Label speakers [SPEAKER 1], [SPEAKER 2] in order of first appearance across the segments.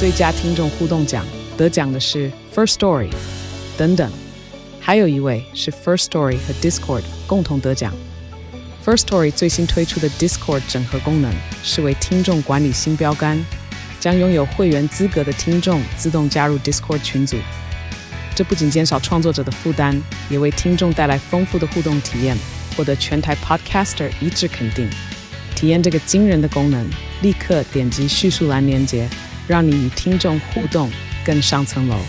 [SPEAKER 1] 最佳听众互动奖，得奖的是 First Story 等等，还有一位是 First Story 和 Discord 共同得奖。First Story 最新推出的 Discord 整合功能是为听众管理新标杆，将拥有会员资格的听众自动加入 Discord 群组。这不仅减少创作者的负担，也为听众带来丰富的互动体验，获得全台 Podcaster 一致肯定。体验这个惊人的功能，立刻点击叙述栏连结，让你与听众互动更上层楼。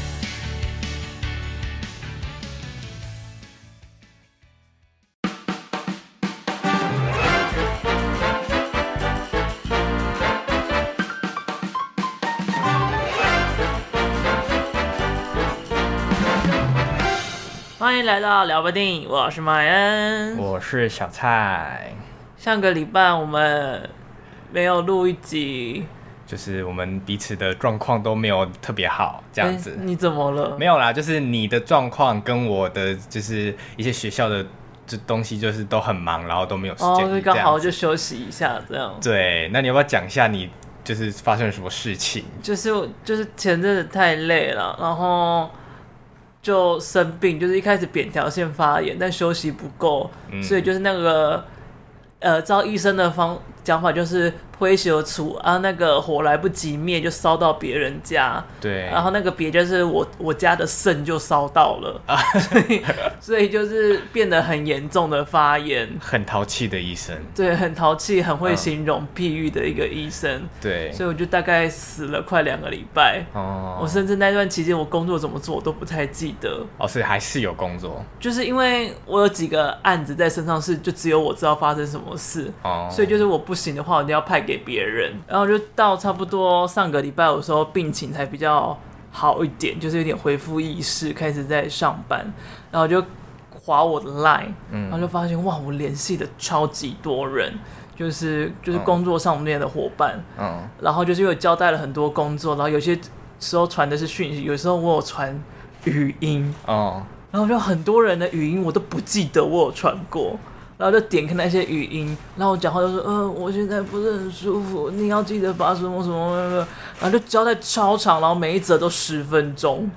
[SPEAKER 2] 欢迎来到聊吧电影，我是麦恩，
[SPEAKER 3] 我是小蔡。
[SPEAKER 2] 上个礼拜我们没有录一集，
[SPEAKER 3] 就是我们彼此的状况都没有特别好，这样子。
[SPEAKER 2] 你怎么了？
[SPEAKER 3] 没有啦，就是你的状况跟我的就是一些学校的这东西就是都很忙，然后都没有时间。
[SPEAKER 2] 所以刚好就休息一下这样。
[SPEAKER 3] 对，那你要不要讲一下你就是发生了什么事情？
[SPEAKER 2] 就是前阵子太累了，然后就生病，就是一开始扁桃腺发炎，但休息不够，所以就是那个照医生的讲法就是灰小处啊，那个火来不及灭就烧到别人家，
[SPEAKER 3] 对，
[SPEAKER 2] 然后那个别就是我家的肾就烧到了，所以就是变得很严重的发炎，
[SPEAKER 3] 很淘气的医生，
[SPEAKER 2] 对，很淘气，很会形容譬喻的一个医生，
[SPEAKER 3] 对，
[SPEAKER 2] 所以我就大概死了快2个礼拜，我甚至那段期间我工作怎么做我都不太记得，
[SPEAKER 3] 所以还是有工作，
[SPEAKER 2] 就是因为我有几个案子在身上是就只有我知道发生什么事，所以就是我不行的话我一定要派给别人，然后就到差不多上个礼拜有时候病情才比较好一点，就是有点恢复意识，开始在上班，然后就滑我的 line，然后就发现哇，我联系的超级多人，就是工作上面的伙伴，然后就是因为交代了很多工作，然后有些时候传的是讯息，有时候我有传语音，然后就很多人的语音我都不记得我有传过。然后就点开那些语音，然后我讲话就说，我现在不是很舒服，你要记得把什么什么，然后就交代超长，然后每一则都10分钟。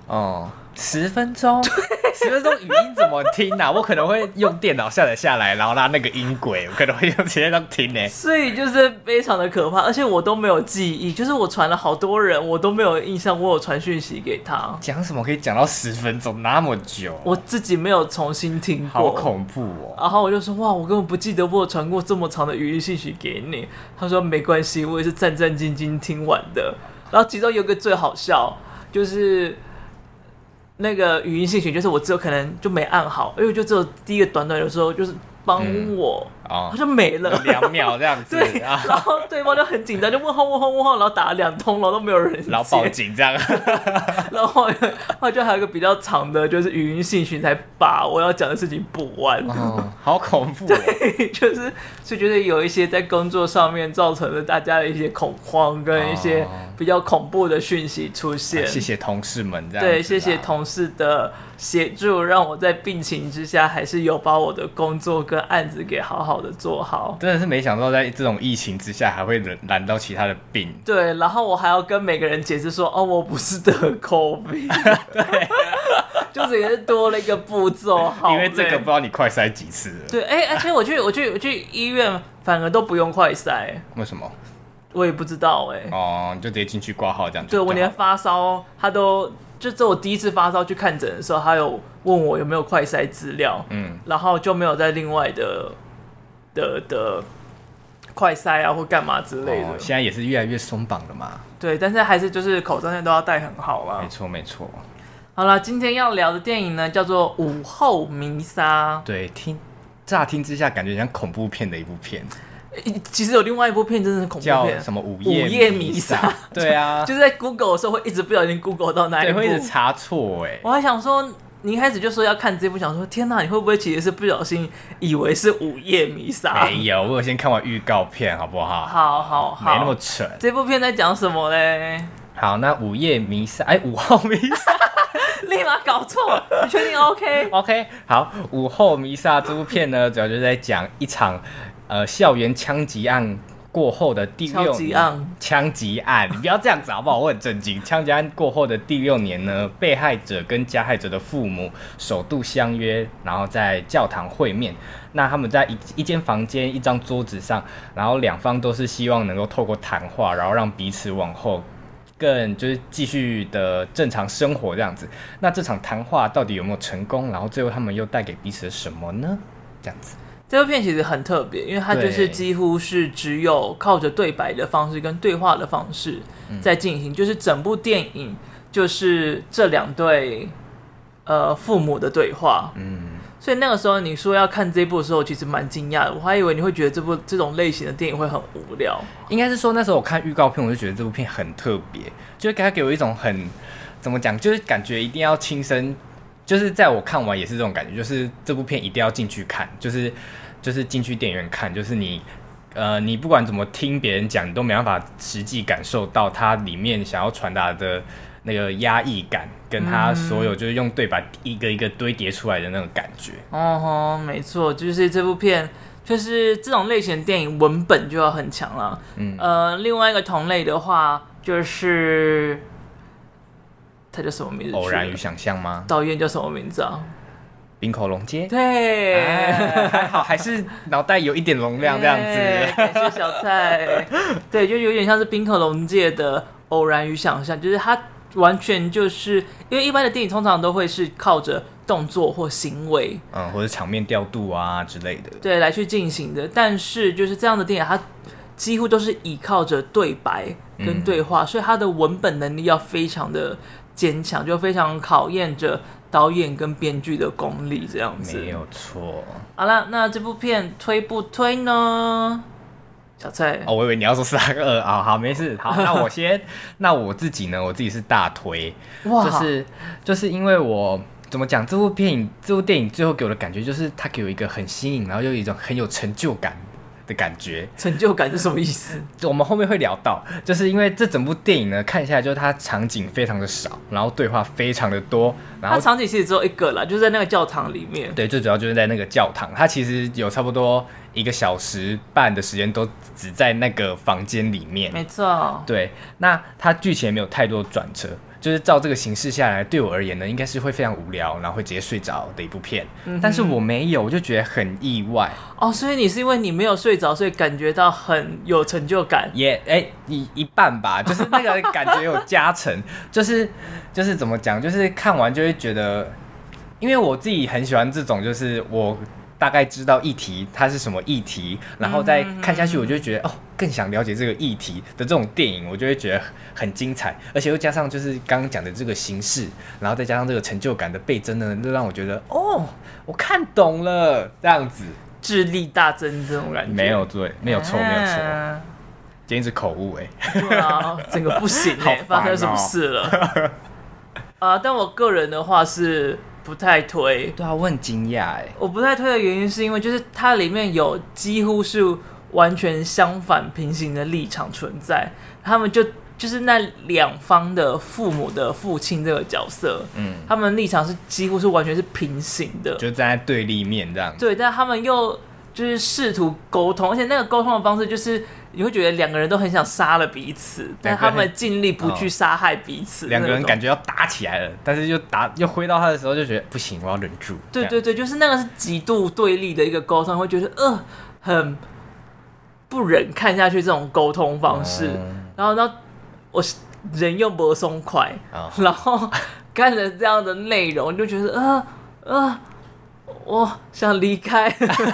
[SPEAKER 3] 10分钟，10分钟语音怎么听啊？我可能会用电脑下载下来，然后拉那个音轨，我可能会直接这样听呢。
[SPEAKER 2] 所以就是非常的可怕，而且我都没有记忆，就是我传了好多人，我都没有印象我有传讯息给他。
[SPEAKER 3] 讲什么可以讲到10分钟那么久？
[SPEAKER 2] 我自己没有重新听过，
[SPEAKER 3] 好恐怖哦。
[SPEAKER 2] 然后我就说哇，我根本不记得我有传过这么长的语音信息给你。他说没关系，我也是战战兢兢听完的。然后其中有一个最好笑，就是那个语音信息，就是我只有可能就没按好，因为就只有第一个短短的时候就是帮我，他就没了
[SPEAKER 3] 2秒这样子，
[SPEAKER 2] 对，然后对方就很紧张，就问号，然后打了2通，然后都没有人接，
[SPEAKER 3] 然后报警这样，
[SPEAKER 2] 然后后来就还有一个比较长的，就是语音信息才把我要讲的事情补完，
[SPEAKER 3] 好恐怖，
[SPEAKER 2] 对，就是所以觉得有一些在工作上面造成了大家的一些恐慌跟一些比较恐怖的讯息出现，
[SPEAKER 3] 谢谢同事们这样子，
[SPEAKER 2] 对，谢谢同事的协助，让我在病情之下还是有把我的工作跟案子给好好的做好。
[SPEAKER 3] 真的是没想到在这种疫情之下还会染到其他的病。
[SPEAKER 2] 对，然后我还要跟每个人解释说，我不是得 COVID， 对，就是也是多了一个步骤，好累，
[SPEAKER 3] 因为这个不知道你快筛几次了。
[SPEAKER 2] 对，而且我去医院反而都不用快筛，
[SPEAKER 3] 为什么？
[SPEAKER 2] 我也不知道
[SPEAKER 3] 你就直接进去挂号这样。
[SPEAKER 2] 对，我连发烧他都。就这我第一次发烧去看诊的时候，他有问我有没有快筛资料，然后就没有再另外的快筛啊或干嘛之类的。
[SPEAKER 3] 现在也是越来越松绑了嘛。
[SPEAKER 2] 对，但是还是就是口罩现在都要戴很好啦。
[SPEAKER 3] 没错。
[SPEAKER 2] 好啦，今天要聊的电影呢叫做《午后弥撒》。
[SPEAKER 3] 对，乍听之下感觉像恐怖片的一部片。
[SPEAKER 2] 其实有另外一部片真的是恐怖片，
[SPEAKER 3] 叫什么午夜弥撒？对啊，
[SPEAKER 2] 就是在 Google 的时候会一直不小心 Google 到那一部，
[SPEAKER 3] 对，会一直查错
[SPEAKER 2] 我还想说，你一开始就说要看这部，想说天哪，你会不会其实是不小心以为是午夜弥撒？
[SPEAKER 3] 没有，我有先看完预告片，好不好？
[SPEAKER 2] 好，
[SPEAKER 3] 没那么蠢。
[SPEAKER 2] 这部片在讲什么嘞？
[SPEAKER 3] 好，那午夜弥撒，午后弥撒。
[SPEAKER 2] 立马搞错，你确定 OK？
[SPEAKER 3] 好，午后弥撒这部片呢，主要就是在讲一场校园枪击案过后的第6年，枪击案，你不要这样子好不好？我很震惊。枪击案过后的第6年呢，被害者跟加害者的父母首度相约，然后在教堂会面。那他们在一间房间、一张桌子上，然后两方都是希望能够透过谈话，然后让彼此往后更就是继续的正常生活这样子。那这场谈话到底有没有成功？然后最后他们又带给彼此什么呢？这样子。
[SPEAKER 2] 这部片其实很特别，因为它就是几乎是只有靠着对白的方式跟对话的方式在进行，就是整部电影就是这2对父母的对话。所以那个时候你说要看这部的时候，其实蛮惊讶的，我还以为你会觉得这种类型的电影会很无聊。
[SPEAKER 3] 应该是说那时候我看预告片，我就觉得这部片很特别，就是它给我一种很怎么讲，就是感觉一定要亲身。就是在我看完也是这种感觉，就是这部片一定要进去看，就是进去电影院看，就是你不管怎么听别人讲，你都没办法实际感受到它里面想要传达的那个压抑感，跟它所有就是用对白一个一个堆叠出来的那种感觉。
[SPEAKER 2] 没错，就是这部片，就是这种类型的电影文本就要很强了。另外一个同类的话就是。他叫什么名字？
[SPEAKER 3] 偶然与想象吗？
[SPEAKER 2] 导演叫什么名字啊？
[SPEAKER 3] 滨口龙介。
[SPEAKER 2] 对，
[SPEAKER 3] 还好，还是脑袋有一点容量这样子。
[SPEAKER 2] 感谢小蔡。对，就有点像是滨口龙介的《偶然与想象》，就是他完全就是因为一般的电影通常都会是靠着动作或行为，
[SPEAKER 3] 或者场面调度啊之类的，
[SPEAKER 2] 对，来去进行的。但是就是这样的电影，它几乎都是依靠着对白跟对话，所以它的文本能力要非常的坚强，就非常考验着导演跟编剧的功力，这样子
[SPEAKER 3] 没有错。
[SPEAKER 2] 好了，那这部片推不推呢？小蔡，
[SPEAKER 3] 我以为你要说3-2，好，没事。好，那我先，那我自己呢？我自己是大推，就是因为我怎么讲，这部电影最后给我的感觉就是它给我一个很新颖，然后又有一种很有成就感的感觉。
[SPEAKER 2] 成就感是什么意思？
[SPEAKER 3] 我们后面会聊到，就是因为这整部电影呢，看下来就是它场景非常的少，然后对话非常的多，然后
[SPEAKER 2] 它场景其实只有一个啦，就是在那个教堂里面。
[SPEAKER 3] 对，最主要就是在那个教堂，它其实有差不多1个小时半的时间都只在那个房间里面。
[SPEAKER 2] 没错。
[SPEAKER 3] 对，那它剧情也没有太多转折。就是照这个形式下来，对我而言呢，应该是会非常无聊，然后会直接睡着的一部片。但是我没有，我就觉得很意外。
[SPEAKER 2] 所以你是因为你没有睡着，所以感觉到很有成就感？
[SPEAKER 3] 一半吧，就是那个感觉有加成。就是怎么讲，就是看完就会觉得，因为我自己很喜欢这种，就是我大概知道议题它是什么议题，然后再看下去，我就会觉得更想了解这个议题的这种电影，我就会觉得很精彩，而且又加上就是刚刚讲的这个形式，然后再加上这个成就感的倍增呢，就让我觉得我看懂了，这样子
[SPEAKER 2] 智力大增这种感觉。
[SPEAKER 3] 没有错，没有错。今天是口误
[SPEAKER 2] 对啊，整个不行发生什么事了？但我个人的话是不太推。
[SPEAKER 3] 对啊，我很惊讶
[SPEAKER 2] 我不太推的原因是因为就是它里面有几乎是完全相反平行的立场存在，他们就是那2方的父母的父亲这个角色，他们立场是几乎是完全是平行的，
[SPEAKER 3] 就站在对立面这样。
[SPEAKER 2] 对，但他们又就是试图沟通，而且那个沟通的方式就是你会觉得2个人都很想杀了彼此，但他们尽力不去杀害彼此。
[SPEAKER 3] 2个人感觉要打起来了，但是又挥到他的时候就觉得不行，我要忍住。
[SPEAKER 2] 对，就是那个是极度对立的一个沟通，会觉得很不忍看下去这种沟通方式。然后我人又不松快，然后看着这样的内容就觉得我想离开。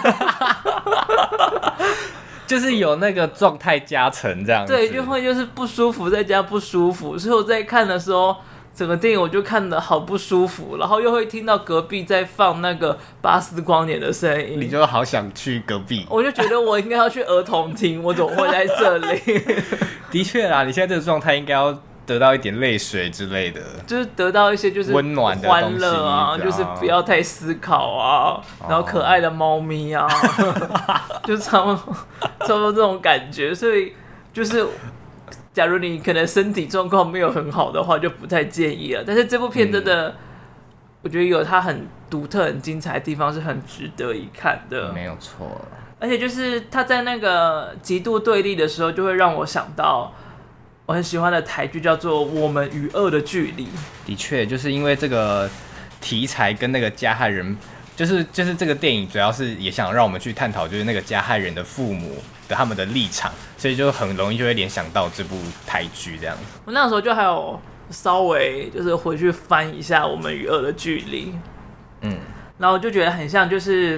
[SPEAKER 3] 就是有那个状态加成这样子。
[SPEAKER 2] 对，就会就是不舒服再加不舒服，所以我在看的时候整个电影我就看得好不舒服，然后又会听到隔壁在放那个巴斯光年的声音，
[SPEAKER 3] 你就好想去隔壁。
[SPEAKER 2] 我就觉得我应该要去儿童厅，我怎么会在这里？
[SPEAKER 3] 的确啦，你现在这个状态应该要得到一点泪水之类的，
[SPEAKER 2] 就是得到一些就是
[SPEAKER 3] 温暖的
[SPEAKER 2] 欢乐啊，就是不要太思考啊，然后可爱的猫咪啊，就差不多这种感觉。所以就是假如你可能身体状况没有很好的话，就不太建议了。但是这部片真的，我觉得有它很独特、很精彩的地方，是很值得一看的。
[SPEAKER 3] 没有错。
[SPEAKER 2] 而且就是他在那个极度对立的时候，就会让我想到我很喜欢的台剧叫做《我们与恶的距离》。
[SPEAKER 3] 的确，就是因为这个题材跟那个加害人，就是这个电影主要是也想让我们去探讨，就是那个加害人的父母的他们的立场，所以就很容易就会联想到这部台剧这样。
[SPEAKER 2] 我那时候就还有稍微就是回去翻一下《我们与恶的距离》，然后就觉得很像就是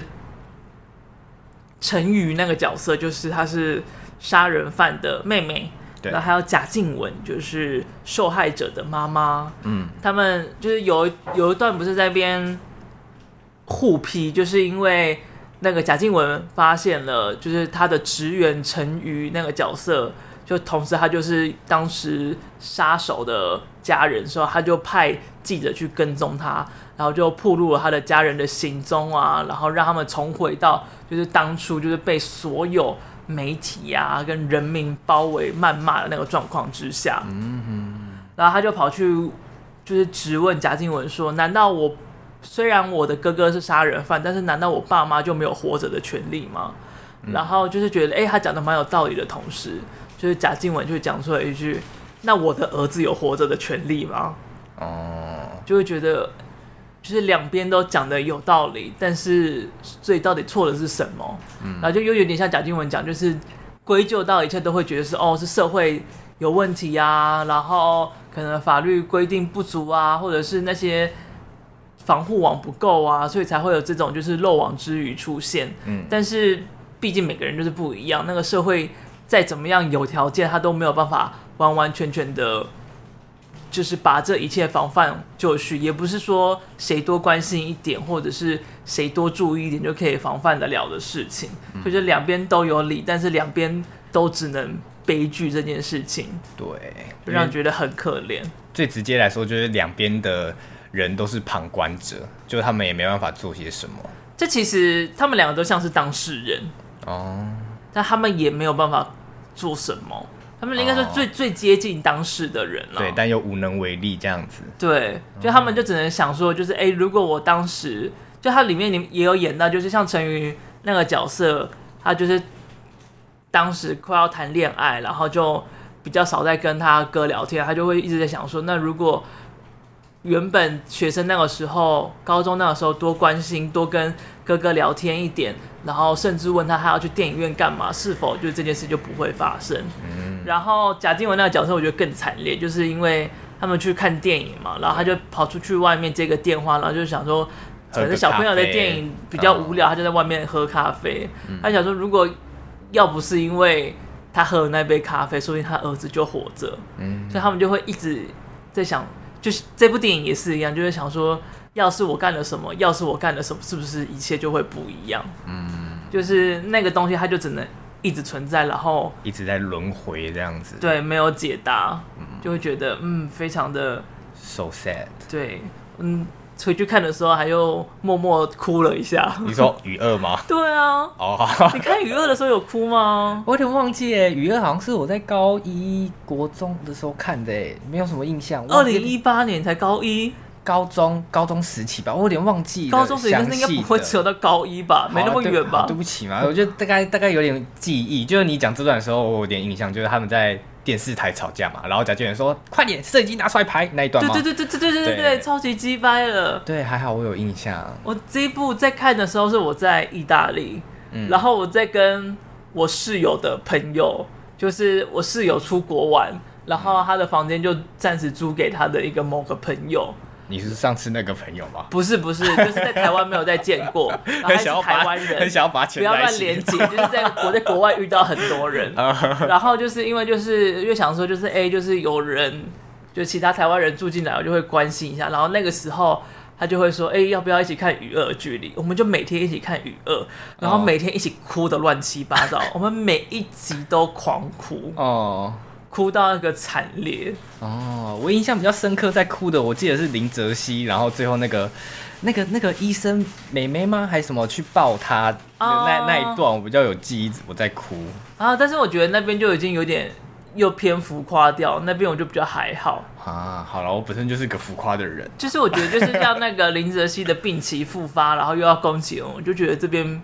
[SPEAKER 2] 陈瑜那个角色，就是他是杀人犯的妹妹。然后还有贾静雯，就是受害者的妈妈。他们就是有一段不是在那边互批，就是因为那个贾静雯发现了，就是他的职员陈瑜那个角色，就同时他就是当时杀手的家人，所以他就派记者去跟踪他，然后就暴露了他的家人的行踪啊，然后让他们重回到就是当初就是被所有媒体啊跟人民包围谩骂的那个状况之下，然后他就跑去就是质问贾静雯说：“难道虽然我的哥哥是杀人犯，但是难道我爸妈就没有活着的权利吗？”然后就是觉得他讲的蛮有道理的同时，就是贾静雯就讲出了一句：“那我的儿子有活着的权利吗？”就会觉得就是两边都讲的有道理，但是所以到底错的是什么？然后就又有点像贾静雯讲，就是归咎到一切都会觉得是社会有问题啊，然后可能法律规定不足啊，或者是那些防护网不够啊，所以才会有这种就是漏网之鱼出现。但是毕竟每个人就是不一样，那个社会再怎么样有条件，他都没有办法完完全全的就是把这一切防范就绪，也不是说谁多关心一点，或者是谁多注意一点就可以防范得了的事情。就是两边都有理，但是两边都只能悲剧这件事情。
[SPEAKER 3] 对，
[SPEAKER 2] 就让人觉得很可怜。
[SPEAKER 3] 最直接来说，就是两边的人都是旁观者，就他们也没办法做些什么。
[SPEAKER 2] 这其实他们两个都像是当事人但他们也没有办法做什么。他们应该是最接近当事的人了，
[SPEAKER 3] 对，但又无能为力这样子。
[SPEAKER 2] 对，就他们就只能想说，就是如果我当时，就他里面也有演到，就是像陈瑜那个角色，他就是当时快要谈恋爱，然后就比较少在跟他哥聊天，他就会一直在想说，那如果原本学生那个时候，高中那个时候多关心，多跟哥哥聊天一点，然后甚至问他要去电影院干嘛，是否就这件事就不会发生。然后贾静雯那个角色我觉得更惨烈，就是因为他们去看电影嘛，然后他就跑出去外面接个电话，然后就想说可能小朋友的电影比较无聊，他就在外面喝咖啡。他想说如果要不是因为他喝了那杯咖啡，说不定他儿子就活着。所以他们就会一直在想，就是这部电影也是一样，就是想说要是我干了什么，要是我干了什么，是不是一切就会不一样？就是那个东西它就只能一直存在，然后
[SPEAKER 3] 一直在轮回这样子。
[SPEAKER 2] 对，没有解答，就会觉得非常的
[SPEAKER 3] so sad。
[SPEAKER 2] 对，回去看的时候还又默默哭了一下。
[SPEAKER 3] 你说雨二吗？
[SPEAKER 2] 对啊。你看雨二的时候有哭吗？
[SPEAKER 3] 我有点忘记耶，雨二好像是我在高一国中的时候看的耶，没有什么印象。
[SPEAKER 2] 2018年才高一。
[SPEAKER 3] 高中时期吧，我有点忘记了。
[SPEAKER 2] 高中时期，但是应该不会只有到高一吧？没那么远吧？
[SPEAKER 3] 对不起嘛，我觉得大概有点记忆。就是你讲这段的时候，我有点印象，就是他们在电视台吵架嘛，然后贾静雯说：“快点，摄影机拿出来拍那一段吗？”对，
[SPEAKER 2] 超级鸡掰了。
[SPEAKER 3] 对，还好我有印象。
[SPEAKER 2] 我这一部在看的时候是我在意大利，然后我在跟我室友的朋友，就是我室友出国玩，然后他的房间就暂时租给他的一个某个朋友。
[SPEAKER 3] 你是上次那个朋友吗？
[SPEAKER 2] 不是，就是在台湾没有再见过，然后还是台湾人，
[SPEAKER 3] 很想要把钱
[SPEAKER 2] 不要乱连结，就是在国外遇到很多人，然后就是因为想说就是有人就其他台湾人住进来，我就会关心一下，然后那个时候他就会说要不要一起看《与恶的距离》，我们就每天一起看《与恶》，然后每天一起哭的乱七八糟，我们每一集都狂哭哭到那个惨烈
[SPEAKER 3] 我印象比较深刻，在哭的，我记得是林哲熹，然后最后那个医生妹妹吗？还是什么去抱他那一段，我比较有记忆，我在哭
[SPEAKER 2] 但是我觉得那边就已经有点又偏浮夸掉，那边我就比较还好
[SPEAKER 3] 好了，我本身就是个浮夸的人，
[SPEAKER 2] 就是我觉得就是像那个林哲熹的病期复发，然后又要攻击我就觉得这边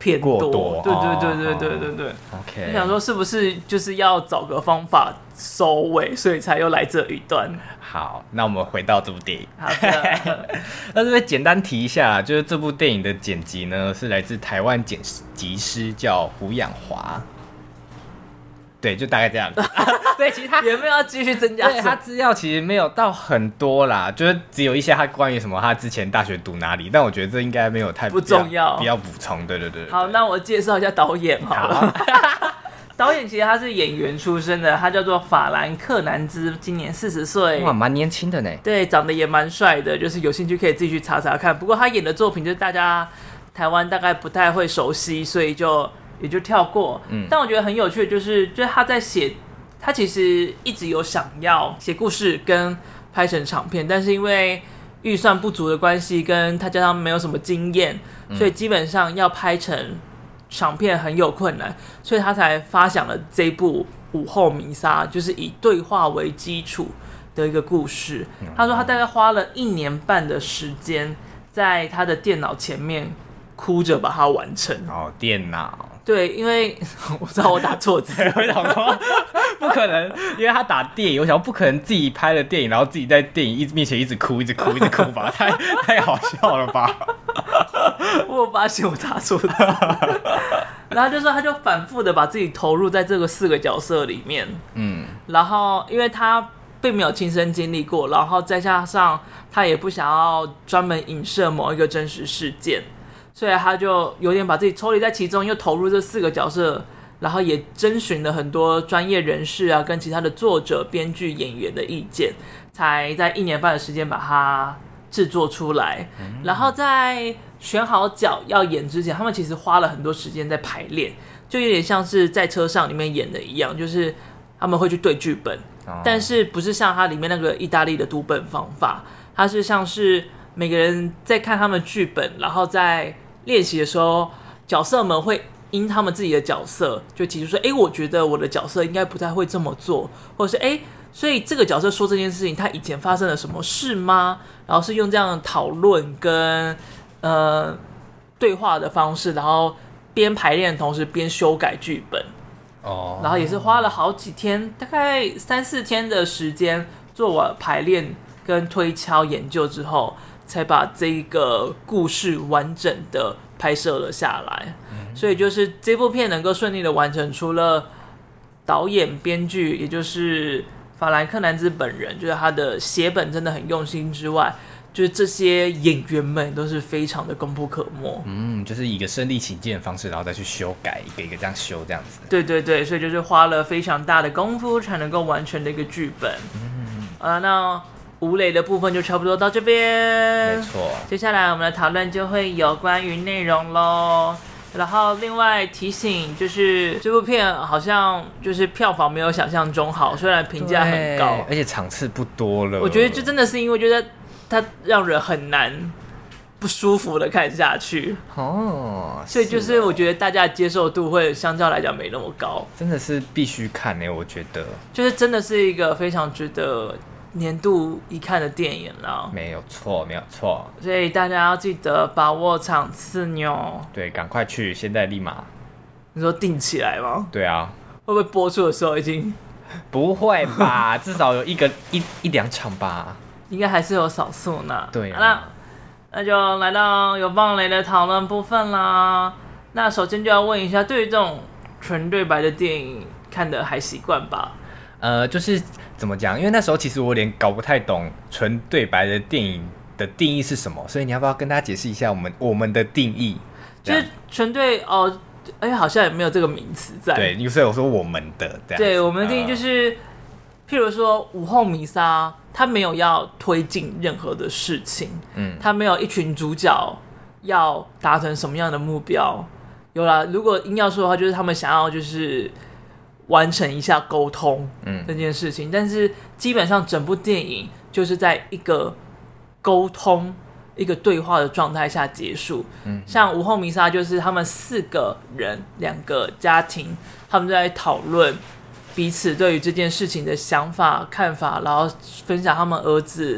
[SPEAKER 2] 偏
[SPEAKER 3] 过
[SPEAKER 2] 多，对对。
[SPEAKER 3] OK，
[SPEAKER 2] 我想说是不是就是要找个方法收尾，所以才又来这一段。
[SPEAKER 3] 好，那我们回到这部电影。
[SPEAKER 2] 好的，
[SPEAKER 3] 那这边简单提一下，就是这部电影的剪辑呢是来自台湾剪辑师叫胡养华。对，就大概这样。对，其实他
[SPEAKER 2] 有没有要继续增加？
[SPEAKER 3] 对，他资料其实没有到很多啦，就是只有一些他关于什么他之前大学读哪里，但我觉得这应该没有太
[SPEAKER 2] 不重要，
[SPEAKER 3] 不要补充。对。
[SPEAKER 2] 好，那我介绍一下导演好了。导演其实他是演员出身的，他叫做法兰克南兹，今年40岁，
[SPEAKER 3] 哇，蛮年轻的呢。
[SPEAKER 2] 对，长得也蛮帅的，就是有兴趣可以自己去查查看。不过他演的作品就是大家台湾大概不太会熟悉，所以也就跳过。但我觉得很有趣的就是他在写，他其实一直有想要写故事跟拍成长片，但是因为预算不足的关系，跟他加上没有什么经验，所以基本上要拍成长片很有困难，所以他才发想了这部午后弥撒，就是以对话为基础的一个故事。他说他大概花了1年半的时间，在他的电脑前面哭着把它完成。
[SPEAKER 3] 哦，电脑。
[SPEAKER 2] 对，因为我知道我打错字，
[SPEAKER 3] 我想说不可能，因为他打电影，我想不可能自己拍了电影，然后自己在电影面前一直哭吧，太好笑了吧？
[SPEAKER 2] 我有发现我打错字，然后就说他就反复的把自己投入在这个4个角色里面，然后因为他并没有亲身经历过，然后再加上他也不想要专门影射某一个真实事件。所以他就有点把自己抽离在其中，又投入这4个角色，然后也征询了很多专业人士啊，跟其他的作者、编剧、演员的意见，才在1年半的时间把它制作出来。然后在选好角要演之前，他们其实花了很多时间在排练，就有点像是在车上里面演的一样，就是他们会去对剧本，但是不是像它里面那个意大利的读本方法，它是像是每个人在看他们剧本，然后在练习的时候，角色们会因他们自己的角色就提出说，我觉得我的角色应该不太会这么做，或者是所以这个角色说这件事情，他以前发生了什么事吗？然后是用这样的讨论跟对话的方式，然后边排练的同时边修改剧本。然后也是花了好几天，大概3-4天的时间做完排练跟推敲研究之后，才把这个故事完整的拍摄了下来。所以就是这部片能够顺利的完成，除了导演、编剧，也就是法兰克南兹本人，就是他的写本真的很用心之外，就是这些演员们都是非常的功不可没。
[SPEAKER 3] 就是以一个身临其境的方式，然后再去修改，一个一个这样修，这样子。
[SPEAKER 2] 对，所以就是花了非常大的功夫才能够完成的一个剧本。那吴磊的部分就差不多到这边，
[SPEAKER 3] 没错。
[SPEAKER 2] 接下来我们的讨论就会有关于内容咯。然后另外提醒就是这部片好像就是票房没有想象中好，虽然评价很高，
[SPEAKER 3] 而且场次不多了。
[SPEAKER 2] 我觉得就真的是因为觉得它让人很难不舒服的看下去所以就是我觉得大家的接受度会相较来讲没那么高，
[SPEAKER 3] 真的是必须看我觉得
[SPEAKER 2] 就是真的是一个非常值得年度一看的电影啦，
[SPEAKER 3] 没有错，
[SPEAKER 2] 所以大家要记得把握场次妞。
[SPEAKER 3] 对，赶快去，现在立马。
[SPEAKER 2] 你说定起来吗？
[SPEAKER 3] 对啊。
[SPEAKER 2] 会不会播出的时候已经？
[SPEAKER 3] 不会吧，至少有一两场吧。
[SPEAKER 2] 应该还是有少数呢。
[SPEAKER 3] 对啊。
[SPEAKER 2] 好了，那就来到有棒雷的讨论部分啦。那首先就要问一下，对于这种纯对白的电影，看得还习惯吧？
[SPEAKER 3] 就是怎么讲？因为那时候其实我有点搞不太懂纯对白的电影的定义是什么，所以你要不要跟大家解释一下我们的定义？
[SPEAKER 2] 就是纯对好像也没有这个名词在。
[SPEAKER 3] 对，所以我说我们的这样。
[SPEAKER 2] 对，我们的定义就是，譬如说午后弥撒，它没有要推进任何的事情，它没有一群主角要达成什么样的目标。有啦，如果硬要说的话，就是他们想要就是完成一下沟通这件事情，但是基本上整部电影就是在一个沟通、一个对话的状态下结束。像午后弥撒就是他们4个人2个家庭，他们在讨论彼此对于这件事情的想法、看法，然后分享他们儿子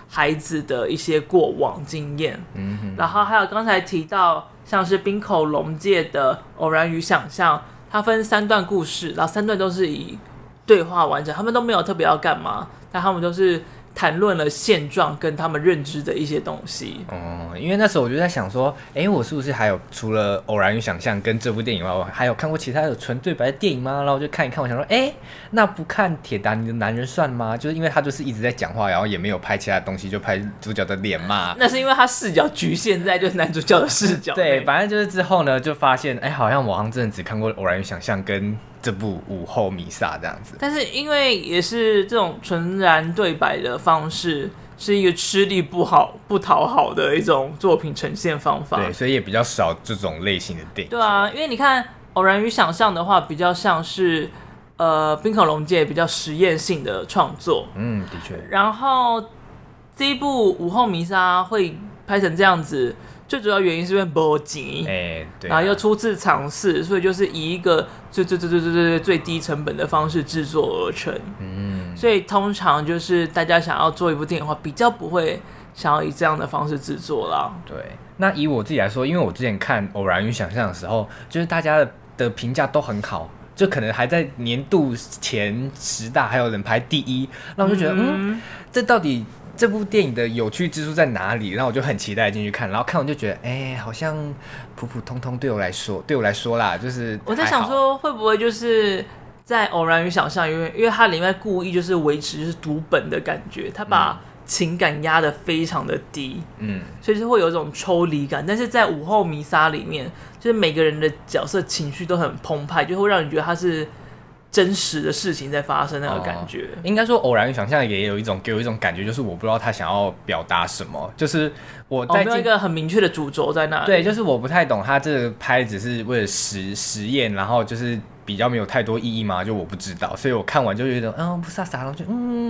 [SPEAKER 2] 孩子的一些过往经验。然后还有刚才提到像是滨口龙介的《偶然与想象》，它分3段故事，然后3段都是以对话完成，他们都没有特别要干嘛，但他们都是谈论了现状跟他们认知的一些东西。
[SPEAKER 3] 因为那时候我就在想说，我是不是还有除了《偶然与想象》跟这部电影外，我还有看过其他有纯对白的电影吗？然后我就看一看，我想说，那不看《铁达尼的男人》算吗？就是因为他就是一直在讲话，然后也没有拍其他东西，就拍主角的脸嘛。
[SPEAKER 2] 那是因为他视角局限在就是男主角的视角。
[SPEAKER 3] 对，反正就是之后呢，就发现，好像我好像真的只看过《偶然与想象》跟这部《午后弥撒》这样子。
[SPEAKER 2] 但是因为也是这种纯然对白的方式，是一个吃力不讨好的一种作品呈现方法。
[SPEAKER 3] 对，所以也比较少这种类型的电影。
[SPEAKER 2] 对啊，因为你看《偶然与想象》的话，比较像是滨口龙介比较实验性的创作。
[SPEAKER 3] 的确。
[SPEAKER 2] 然后这一部《午后弥撒》会拍成这样子，最主要原因是因为没钱，
[SPEAKER 3] 对，
[SPEAKER 2] 然后又初次尝试，所以就是以一个最低成本的方式制作而成。所以通常就是大家想要做一部电影的话，比较不会想要以这样的方式制作啦。
[SPEAKER 3] 对，那以我自己来说，因为我之前看《偶然与想象》的时候，就是大家的评价都很好，就可能还在年度前10大，还有人排第1，那我就觉得，这到底这部电影的有趣之处在哪里？然后我就很期待进去看，然后看完就觉得，好像普普通通，对我来说啦，就是
[SPEAKER 2] 我在想说，会不会就是在《偶然与想象》，因为它里面故意就是维持就是读本的感觉，它把情感压得非常的低，所以就会有一种抽离感。但是在《午后弥撒》里面，就是每个人的角色情绪都很澎湃，就会让你觉得它是真实的事情在发生那个感觉。
[SPEAKER 3] 应该说《偶然与想象》也给我一种感觉，就是我不知道他想要表达什么，就是我在
[SPEAKER 2] 没有一个很明确的主轴在那里。
[SPEAKER 3] 对，就是我不太懂他这个拍只是为了实验，然后就是比较没有太多意义嘛，就我不知道，所以我看完就有一种不傻傻，然后就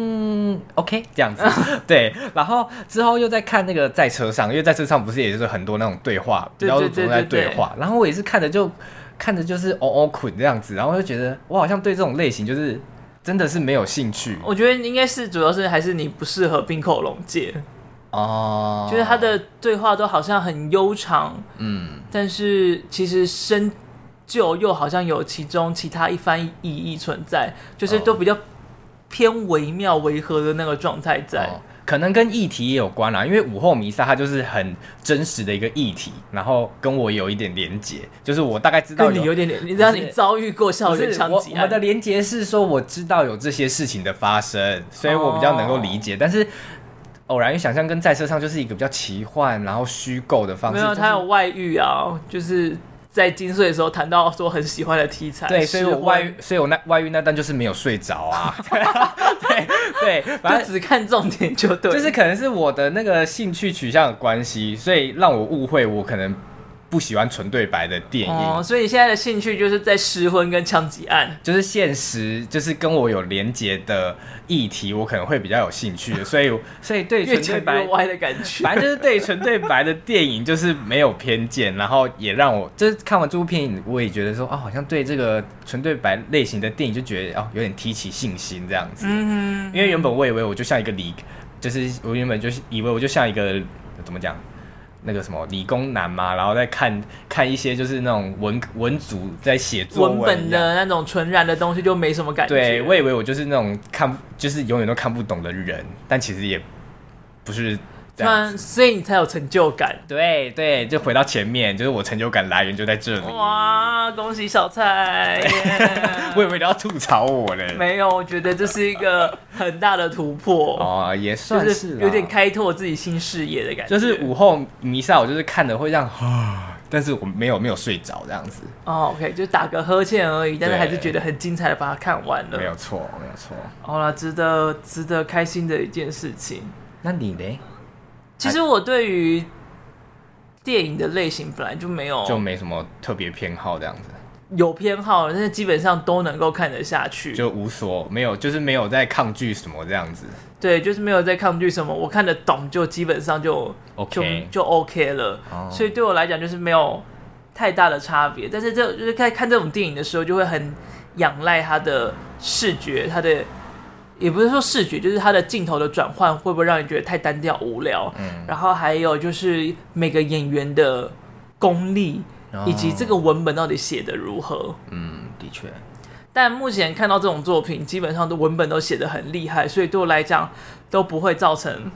[SPEAKER 3] OK 这样子。对，然后之后又在看那个在车上，因为在车上不是也就是很多那种对话，比较总在对话，然后我也是看着就是困这样子，然后就觉得我好像对这种类型就是真的是没有兴趣。
[SPEAKER 2] 我觉得应该是主要是还是你不适合滨口龙介就是他的对话都好像很悠长，但是其实深究又好像有其中其他一番意义存在，就是都比较偏微妙违和的那个状态在。
[SPEAKER 3] 可能跟议题也有关啦，因为《午后弥撒》它就是很真实的一个议题，然后跟我有一点连结，就是我大概知道
[SPEAKER 2] 跟你有点连，你知道你遭遇过校园枪击案。
[SPEAKER 3] 我的连结是说我知道有这些事情的发生，所以我比较能够理解。但是《偶然与想象》跟在车上就是一个比较奇幻然后虚构的方式。
[SPEAKER 2] 没有，他有外遇啊，就是在金穗的时候谈到说很喜欢的题材。
[SPEAKER 3] 对，所以我外遇那段就是没有睡着啊。对，反正
[SPEAKER 2] 就只看重点就对，
[SPEAKER 3] 就是可能是我的那个兴趣取向的关系，所以让我误会我可能不喜欢纯对白的电影。
[SPEAKER 2] 所以你现在的兴趣就是在失婚跟枪击案，
[SPEAKER 3] 就是现实，就是跟我有连结的议题，我可能会比较有兴趣的。所以对纯对白
[SPEAKER 2] 越歪的感觉，
[SPEAKER 3] 反正就是对纯对白的电影就是没有偏见，然后也让我就是看完这部片影，我也觉得说好像对这个纯对白类型的电影就觉得有点提起信心这样子。因为原本我以为我就像一个就是我原本就是以为我就像一个怎么讲？那个什么理工男嘛，然后再看一些就是那种文组在写作
[SPEAKER 2] 文本的那种纯然的东西，就没什么感觉。
[SPEAKER 3] 对，我以为我就是那种就是永远都看不懂的人，但其实也不是这样子，
[SPEAKER 2] 所以你才有成就感。
[SPEAKER 3] 对，就回到前面，就是我成就感来源就在这里。
[SPEAKER 2] 哇，恭喜小蔡！
[SPEAKER 3] 我以为你要吐槽我嘞，
[SPEAKER 2] 没有，我觉得这是一个很大的突破
[SPEAKER 3] 也算
[SPEAKER 2] 是有点开拓自己新视野的感觉。
[SPEAKER 3] 就是午后弥撒，我就是看的会这样，但是我没有睡着这样子。
[SPEAKER 2] OK， 就打个呵欠而已，但是还是觉得很精彩的把它看完了。
[SPEAKER 3] 没有错。
[SPEAKER 2] 好了，值得开心的一件事情。
[SPEAKER 3] 那你嘞？
[SPEAKER 2] 其实我对于电影的类型本来就
[SPEAKER 3] 没什么特别偏好这样子。
[SPEAKER 2] 有偏好，但是基本上都能够看得下去，
[SPEAKER 3] 就没有，就是没有在抗拒什么这样子。
[SPEAKER 2] 对，就是没有在抗拒什么，我看得懂就基本上就 OK 了。所以对我来讲就是没有太大的差别。但是就是在看这种电影的时候，就会很仰赖它的视觉、它的也不是说视觉，就是它的镜头的转换会不会让你觉得太单调无聊？然后还有就是每个演员的功力，以及这个文本到底写得如何？
[SPEAKER 3] 的确。
[SPEAKER 2] 但目前看到这种作品，基本上的文本都写得很厉害，所以对我来讲都不会造成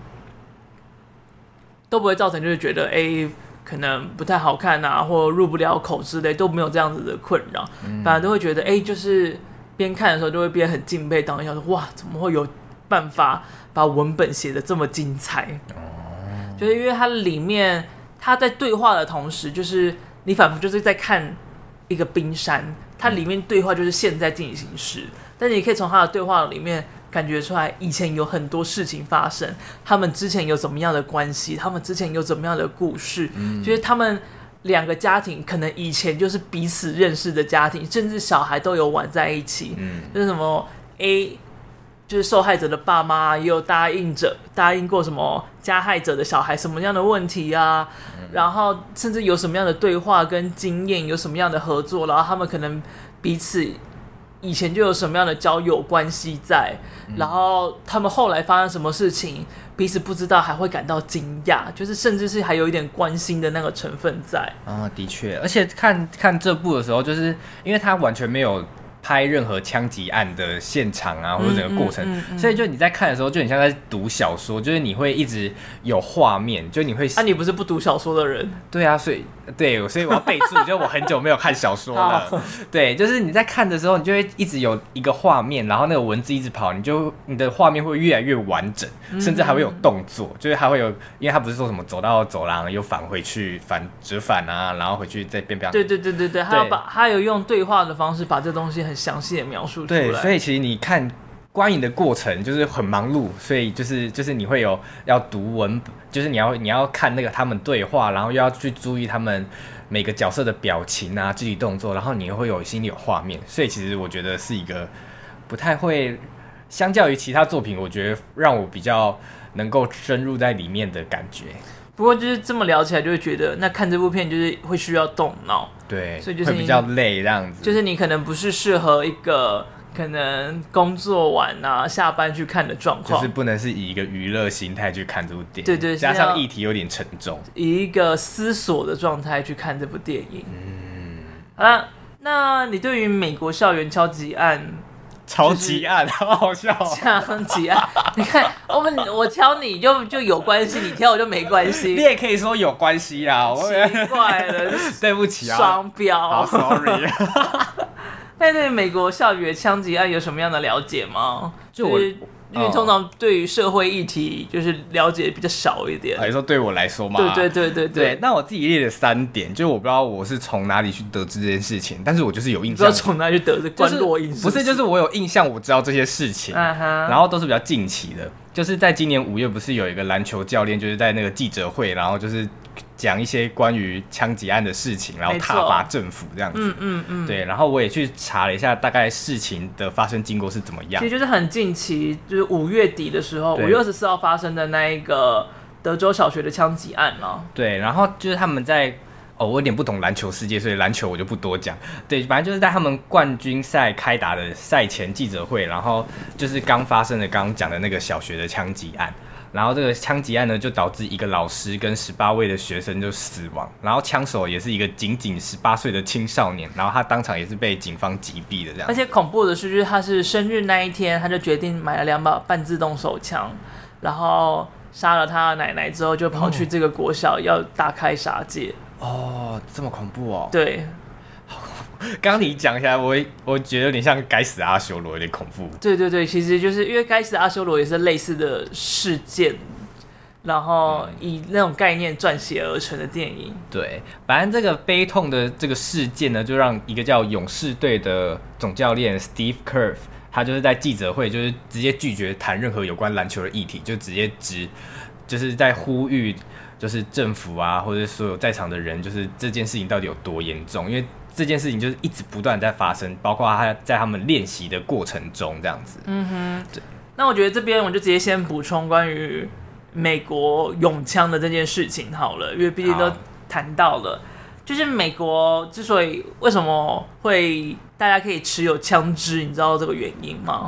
[SPEAKER 2] 就是觉得可能不太好看啊，或入不了口之类，都没有这样子的困扰，反而都会觉得就是边看的时候就会边很敬佩当下说哇，怎么会有办法把文本写得这么精彩？就是因为它里面它在对话的同时，就是你仿佛就是在看一个冰山，它里面对话就是现在进行时，但你可以从它的对话里面感觉出来以前有很多事情发生，他们之前有怎么样的关系，他们之前有怎么样的故事，就是他们两个家庭可能以前就是彼此认识的家庭，甚至小孩都有玩在一起，就是什么就是受害者的爸妈也有答应过什么加害者的小孩什么样的问题啊，然后甚至有什么样的对话跟经验，有什么样的合作，然后他们可能彼此以前就有什么样的交友关系在，然后他们后来发生什么事情彼此不知道，还会感到惊讶，就是甚至是还有一点关心的那个成分在。
[SPEAKER 3] 的确，而且看这部的时候，就是因为他完全没有拍任何枪击案的现场啊，或者整个过程，所以就你在看的时候，就很像在读小说，就是你会一直有画面，就你会
[SPEAKER 2] 你不是不读小说的人？
[SPEAKER 3] 对啊，所以我要备注，就我很久没有看小说了。对，就是你在看的时候，你就会一直有一个画面，然后那个文字一直跑，你的画面会越来越完整，甚至还会有动作，就是还会有，因为他不是说什么走到走廊又返回去折返啊，然后回去再变。
[SPEAKER 2] 对，他有用对话的方式把这东西很详细的描述出来。
[SPEAKER 3] 对，所以其实你看观影的过程就是很忙碌，所以就是你会有要读文，就是你要看那个他们对话，然后又要去注意他们每个角色的表情啊、肢体动作，然后你会心里有画面，所以其实我觉得是一个不太会，相较于其他作品，我觉得让我比较能够深入在里面的感觉。
[SPEAKER 2] 不过就是这么聊起来，就会觉得那看这部片就是会需要动脑，
[SPEAKER 3] 对，
[SPEAKER 2] 所以就是
[SPEAKER 3] 会比较累这样子。
[SPEAKER 2] 就是你可能不是适合一个可能工作完啊下班去看的状况，
[SPEAKER 3] 就是不能是以一个娱乐心态去看这部电影，
[SPEAKER 2] 对，
[SPEAKER 3] 加上议题有点沉重，
[SPEAKER 2] 以一个思索的状态去看这部电影。好了，那你对于美国校园枪击案？
[SPEAKER 3] 超级案，好好笑哦！
[SPEAKER 2] 枪击案，你看我挑你就有关系，你挑我就没关系。
[SPEAKER 3] 你也可以说有关系啦，
[SPEAKER 2] 奇怪了，
[SPEAKER 3] 对不起啊，
[SPEAKER 2] 双标。
[SPEAKER 3] 好 sorry。
[SPEAKER 2] 那对美国校园枪击案有什么样的了解吗？因为通常对于社会议题就是了解比较少一点。
[SPEAKER 3] 你说对我来说嘛？
[SPEAKER 2] 对。那
[SPEAKER 3] 我自己列了3点，就是我不知道我是从哪里去得知这件事情，但是我就是有印象。
[SPEAKER 2] 不知道从哪里去得知关落音？
[SPEAKER 3] 不是，就是我有印象，我知道这些事情，然后都是比较近期的。就是在今年5月，不是有一个篮球教练，就是在那个记者会，然后就是讲一些关于枪击案的事情，然后挞伐政府这样子。对，然后我也去查了一下，大概事情的发生经过是怎么样。
[SPEAKER 2] 其实就是很近期，就是5月底的时候，5月24号发生的那一个德州小学的枪击案了。
[SPEAKER 3] 对，然后就是他们在。我有点不懂篮球世界，所以篮球我就不多讲。对，反正就是在他们冠军赛开打的赛前记者会，然后就是刚发生的刚刚讲的那个小学的枪击案，然后这个枪击案呢就导致一个老师跟18位的学生就死亡，然后枪手也是一个仅18岁的青少年，然后他当场也是被警方击毙的这样。
[SPEAKER 2] 而且恐怖的是，就是他是生日那一天，他就决定买了2把半自动手枪，然后杀了他的奶奶之后，就跑去这个国小要大开杀戒。
[SPEAKER 3] 这么恐怖哦！
[SPEAKER 2] 对，
[SPEAKER 3] 刚刚你讲起来，我觉得有点像《该死的阿修罗》，有点恐怖。
[SPEAKER 2] 对，其实就是因为《该死的阿修罗》也是类似的事件，然后以那种概念撰写而成的电影。
[SPEAKER 3] 对，反正这个悲痛的这个事件呢，就让一个叫勇士队的总教练 Steve Kerr， 他就是在记者会就是直接拒绝谈任何有关篮球的议题，就直接就是在呼吁。就是政府啊，或者所有在场的人，就是这件事情到底有多严重？因为这件事情就是一直不断在发生，包括他在他们练习的过程中这样子。
[SPEAKER 2] 对。那我觉得这边我就直接先补充关于美国拥枪的这件事情好了，因为毕竟都谈到了，就是美国之所以为什么会大家可以持有枪支，你知道这个原因吗？
[SPEAKER 3] 我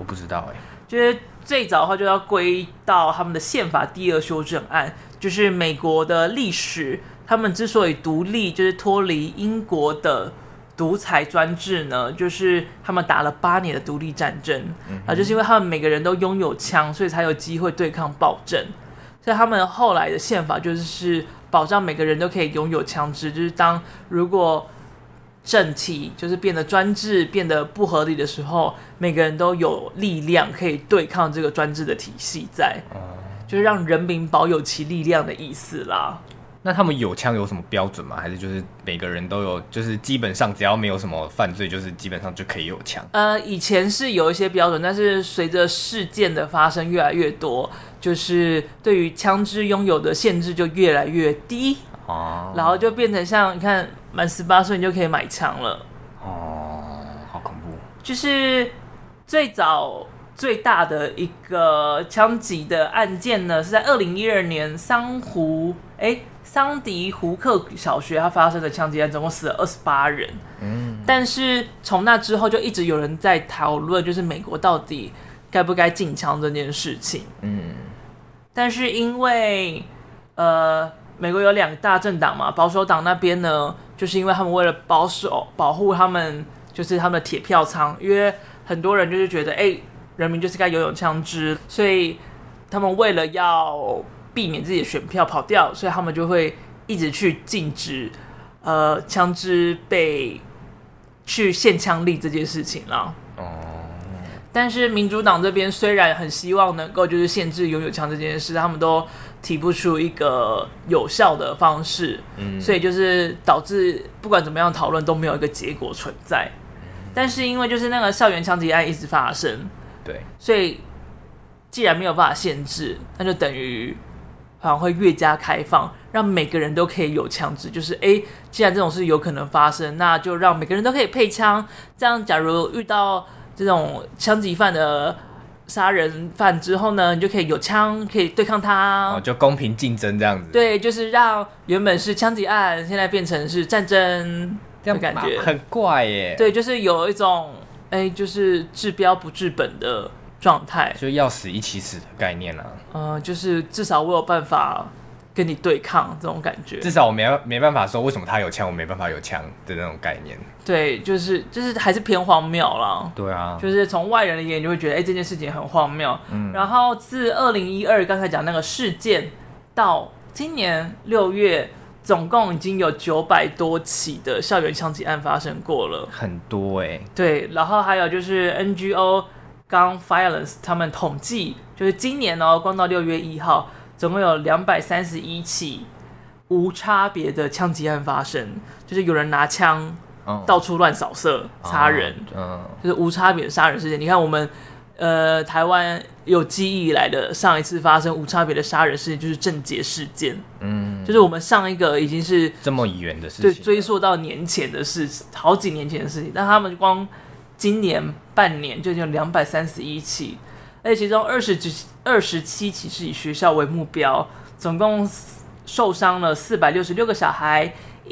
[SPEAKER 3] 我不知道
[SPEAKER 2] 就是最早的话就要归到他们的宪法第2修正案，就是美国的历史，他们之所以独立，就是脱离英国的独裁专制呢，就是他们打了8年的独立战争，就是因为他们每个人都拥有枪，所以才有机会对抗暴政。所以他们后来的宪法就是保障每个人都可以拥有枪支，就是如果政体就是变得专制、变得不合理的时候，每个人都有力量可以对抗这个专制的体系在，就是让人民保有其力量的意思啦。
[SPEAKER 3] 那他们有枪有什么标准吗？还是就是每个人都有，就是基本上只要没有什么犯罪，就是基本上就可以有枪？
[SPEAKER 2] 以前是有一些标准，但是随着事件的发生越来越多，就是对于枪支拥有的限制就越来越低。然后就变成像你看，满18岁你就可以买枪了。
[SPEAKER 3] 好恐怖！
[SPEAKER 2] 就是最早最大的一个枪击的案件呢，是在2012年桑迪胡克小学它发生的枪击案，总共死了28人。但是从那之后就一直有人在讨论，就是美国到底该不该禁枪这件事情。但是因为美国有2大政党嘛，保守党那边呢，就是因为他们为了保护他们，就是他们的铁票仓，因为很多人就是觉得，人民就是该拥有枪支，所以他们为了要避免自己的选票跑掉，所以他们就会一直去禁止枪支被去限枪令这件事情啦。但是民主党这边虽然很希望能够就是限制拥有枪这件事，他们都提不出一个有效的方式，所以就是导致不管怎么样讨论都没有一个结果存在。但是因为就是那个校园枪击案一直发生，
[SPEAKER 3] 对，
[SPEAKER 2] 所以既然没有办法限制，那就等于好像会越加开放，让每个人都可以有枪支。就是既然这种事有可能发生，那就让每个人都可以配枪。这样，假如遇到这种枪击犯的杀人犯之后呢，你就可以有枪，可以对抗他。
[SPEAKER 3] 就公平竞争这样子。
[SPEAKER 2] 对，就是让原本是枪击案，现在变成是战争的感觉，
[SPEAKER 3] 很怪耶。
[SPEAKER 2] 对，就是有一种就是治标不治本的状态，
[SPEAKER 3] 就要死一起死的概念啦。
[SPEAKER 2] 就是至少我有办法跟你对抗这种感觉，
[SPEAKER 3] 至少我没办法说为什么他有枪我没办法有枪的那种概念。
[SPEAKER 2] 对，就是还是偏荒谬啦。
[SPEAKER 3] 对啊，
[SPEAKER 2] 就是从外人的眼里就会觉得这件事情很荒谬。然后自2012刚才讲那个事件到今年6月，总共已经有900多起的校园枪击案发生过了，很
[SPEAKER 3] 多
[SPEAKER 2] 对，然后还有就是 NGO Gun Violence 他们统计，就是今年光到6月1号总共有231起无差别的枪击案发生，就是有人拿枪到处乱扫射杀人，就是无差别的杀人事件。你看我们台湾有记忆以来的上一次发生无差别的杀人事件就是郑捷事件，就是我们上一个已经是
[SPEAKER 3] 这么远的事情，
[SPEAKER 2] 对，追溯到年前的事，好几年前的事情，但他们光今年半年就已经有231起，而且其中27起是以学校为目标，总共受伤了466个小孩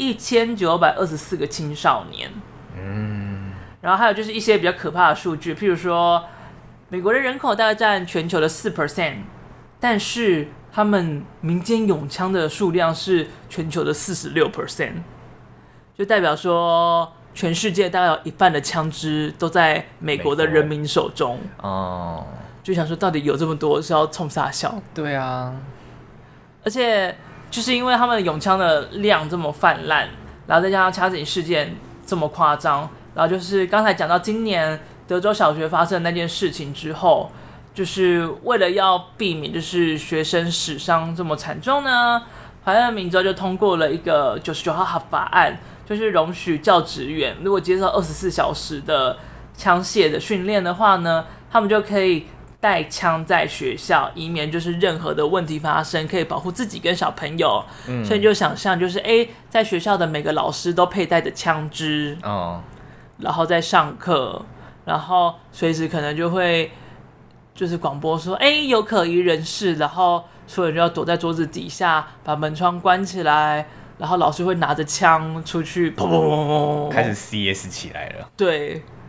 [SPEAKER 2] ，1924个青少年。然后还有就是一些比较可怕的数据，譬如说美国的人口大概占全球的 4%， 但是他们民间拥枪的数量是全球的 46%， 就代表说全世界大概有一半的枪支都在美国的人民手中。就想说到底有这么多是要冲啥小？
[SPEAKER 3] 对啊，
[SPEAKER 2] 而且就是因为他们拥枪的量这么泛滥，然后再加上枪击事件这么夸张，然后就是刚才讲到今年德州小学发生的那件事情之后，就是为了要避免就是学生死伤这么惨重呢，华盛顿明州就通过了一个99号法案，就是容许教职员如果接受24小时的枪械的训练的话呢，他们就可以带枪在学校，以免就是任何的问题发生，可以保护自己跟小朋友。所以就想象就是在学校的每个老师都佩戴着枪支，然后在上课，然后随时可能就会就是广播说有可疑人士，然后所有人就要躲在桌子底下，把门窗关起来，然后老师会拿着枪出去，砰砰砰砰，
[SPEAKER 3] 开始 CS 起来了。
[SPEAKER 2] 对，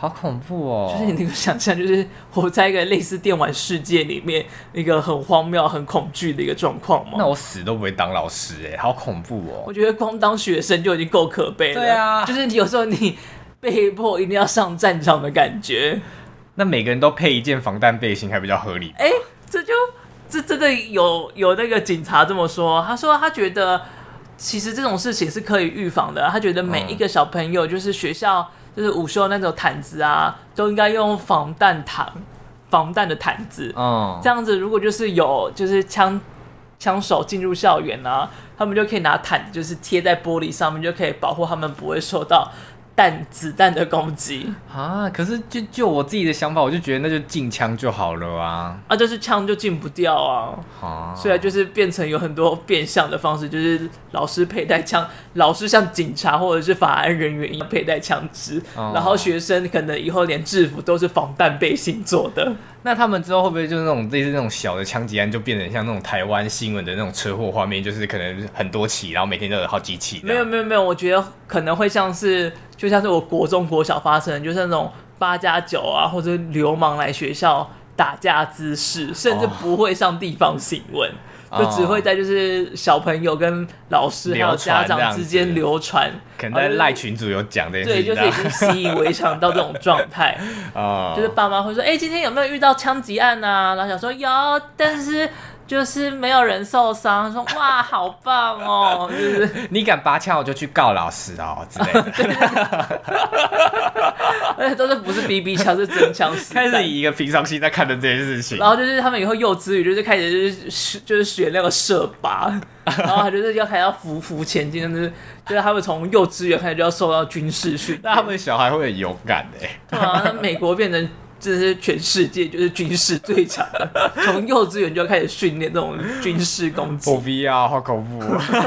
[SPEAKER 3] 好恐怖哦！
[SPEAKER 2] 就是你能够想象，就是活在一个类似电玩世界里面，一个很荒谬、很恐惧的一个状况吗？
[SPEAKER 3] 那我死都不会当老师好恐怖哦！
[SPEAKER 2] 我觉得光当学生就已经够可悲了。
[SPEAKER 3] 对啊，
[SPEAKER 2] 就是有时候你被迫一定要上战场的感觉。
[SPEAKER 3] 那每个人都配一件防弹背心还比较合理。
[SPEAKER 2] 这真的有那个警察这么说，他说他觉得其实这种事情是可以预防的。他觉得每一个小朋友就是学校就是午休那种毯子啊，都应该用防弹的毯子。这样子如果就是有就是枪手进入校园啊，他们就可以拿毯子就是贴在玻璃上面，就可以保护他们不会受到子弹的攻击
[SPEAKER 3] 啊。可是就我自己的想法，我就觉得那就禁枪就好了啊。
[SPEAKER 2] 就是枪就禁不掉啊。所以就是变成有很多变相的方式，就是老师佩戴枪，老师像警察或者是法安人员一样佩戴枪支，然后学生可能以后连制服都是防弹背心做的。
[SPEAKER 3] 那他们之后会不会就是那种类似那种小的枪击案，就变成像那种台湾新闻的那种车祸画面，就是可能很多起，然后每天都有好几起？
[SPEAKER 2] 没有，我觉得可能会就像是我国中国小发生的，就是那种8+9啊，或者流氓来学校打架滋事，甚至不会上地方新闻。就只会在就是小朋友跟老师还有家长之间流传，
[SPEAKER 3] 可能在赖群组有讲这件事情，
[SPEAKER 2] 对，就是已经习以为常到这种状态。就是爸妈会说：“今天有没有遇到枪击案啊？”然后想说有，但是就是没有人受伤。说哇，好棒哦！就是
[SPEAKER 3] 你敢拔枪，我就去告老师哦之类的。
[SPEAKER 2] 而且都是不是 BB 枪，是真枪实弹。
[SPEAKER 3] 开始以一个平常心在看的这件事情。
[SPEAKER 2] 然后就是他们以后幼稚园就是开始就是学那个射靶，然后他就是要开始要匍前进，就是他们从幼稚园开始就要受到军事训练。
[SPEAKER 3] 那他们小孩会很勇敢
[SPEAKER 2] 对啊，那美国变成真的是全世界就是军事最强的，从幼稚园就开始训练这种军事攻击。
[SPEAKER 3] 我不要，好恐怖。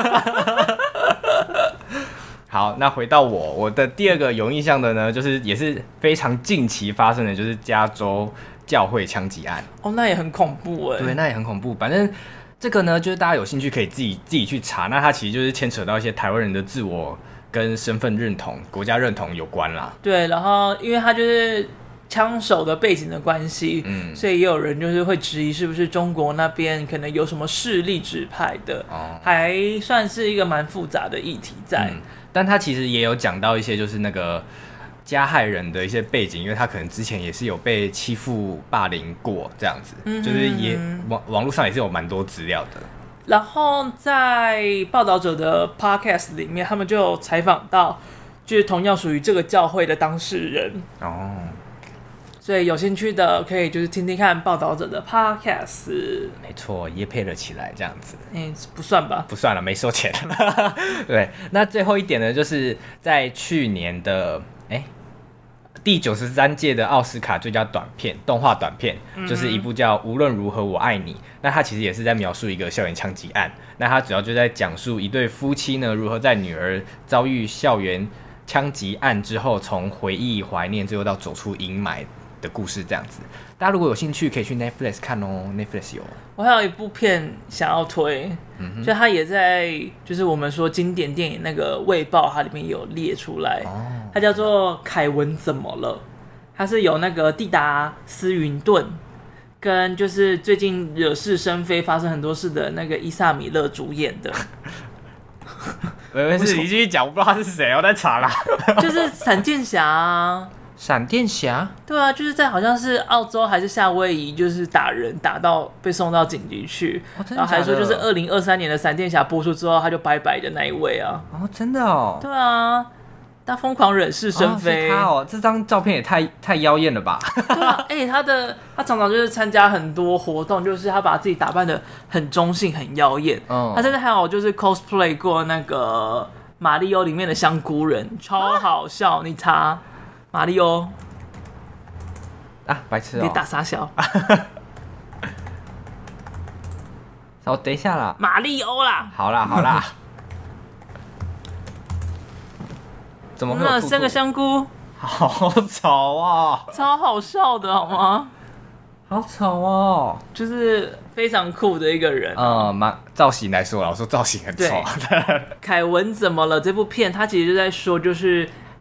[SPEAKER 3] 好，那回到我的第二个有印象的呢，就是也是非常近期发生的，就是加州教会枪击案。
[SPEAKER 2] 那也很恐怖
[SPEAKER 3] 对，那也很恐怖。反正这个呢，就是大家有兴趣可以自己去查。那它其实就是牵扯到一些台湾人的自我跟身份认同、国家认同有关啦。
[SPEAKER 2] 对，然后因为它就是枪手的背景的关系，所以也有人就是会质疑是不是中国那边可能有什么势力指派的，还算是一个蛮复杂的议题在。
[SPEAKER 3] 但他其实也有讲到一些就是那个加害人的一些背景，因为他可能之前也是有被欺负霸凌过这样子，就是也网络上也是有蛮多资料的。
[SPEAKER 2] 然后在报道者的 podcast 里面，他们就有采访到就是同样属于这个教会的当事人所以有兴趣的可以就是听听看报道者的 podcast。
[SPEAKER 3] 没错，业配了起来这样子。
[SPEAKER 2] 不算吧？
[SPEAKER 3] 不算了，没收钱。对，那最后一点呢，就是在去年的第93届的奥斯卡最佳动画短片，就是一部叫《无论如何我爱你》。那它其实也是在描述一个校园枪击案。那它主要就在讲述一对夫妻呢，如何在女儿遭遇校园枪击案之后，从回忆、怀念，最后到走出阴霾的故事这样子。大家如果有兴趣可以去 Netflix 看哦， Netflix 有。我
[SPEAKER 2] 还有一部片想要推，就它也在就是我们说经典电影那个卫报，它里面有列出来，它叫做凯文怎么了，它是有那个蒂达斯云顿跟就是最近惹是生非发生很多事的那个伊萨米勒主演的。
[SPEAKER 3] 没事，你继续讲，我不知道他是谁，我在查啦。
[SPEAKER 2] 就是闪电侠啊。
[SPEAKER 3] 闪电侠？
[SPEAKER 2] 对啊，就是在好像是澳洲还是夏威夷，就是打人打到被送到警局去，然后还说就是2023年的闪电侠播出之后他就拜拜的那一位啊。
[SPEAKER 3] 真的哦？
[SPEAKER 2] 对啊，他疯狂惹是生非。
[SPEAKER 3] 是他这张照片也太妖艳了吧？
[SPEAKER 2] 对啊，他常常就是参加很多活动，就是他把自己打扮得很中性很妖艳。他甚至还有就是 cosplay 过那个马里奥里面的香菇人，超好笑。你查马里奥
[SPEAKER 3] 白痴
[SPEAKER 2] 你打傻小。
[SPEAKER 3] 等一下啦，
[SPEAKER 2] 马里奥啦。
[SPEAKER 3] 好啦。怎么会有兔兔？
[SPEAKER 2] 生个香菇，
[SPEAKER 3] 好吵啊！
[SPEAKER 2] 超好笑的好吗？
[SPEAKER 3] 好吵哦，
[SPEAKER 2] 就是非常酷的一个人。
[SPEAKER 3] 造型来说，我说造型很丑。
[SPEAKER 2] 凯文怎么了？这部片他其实就在说，就是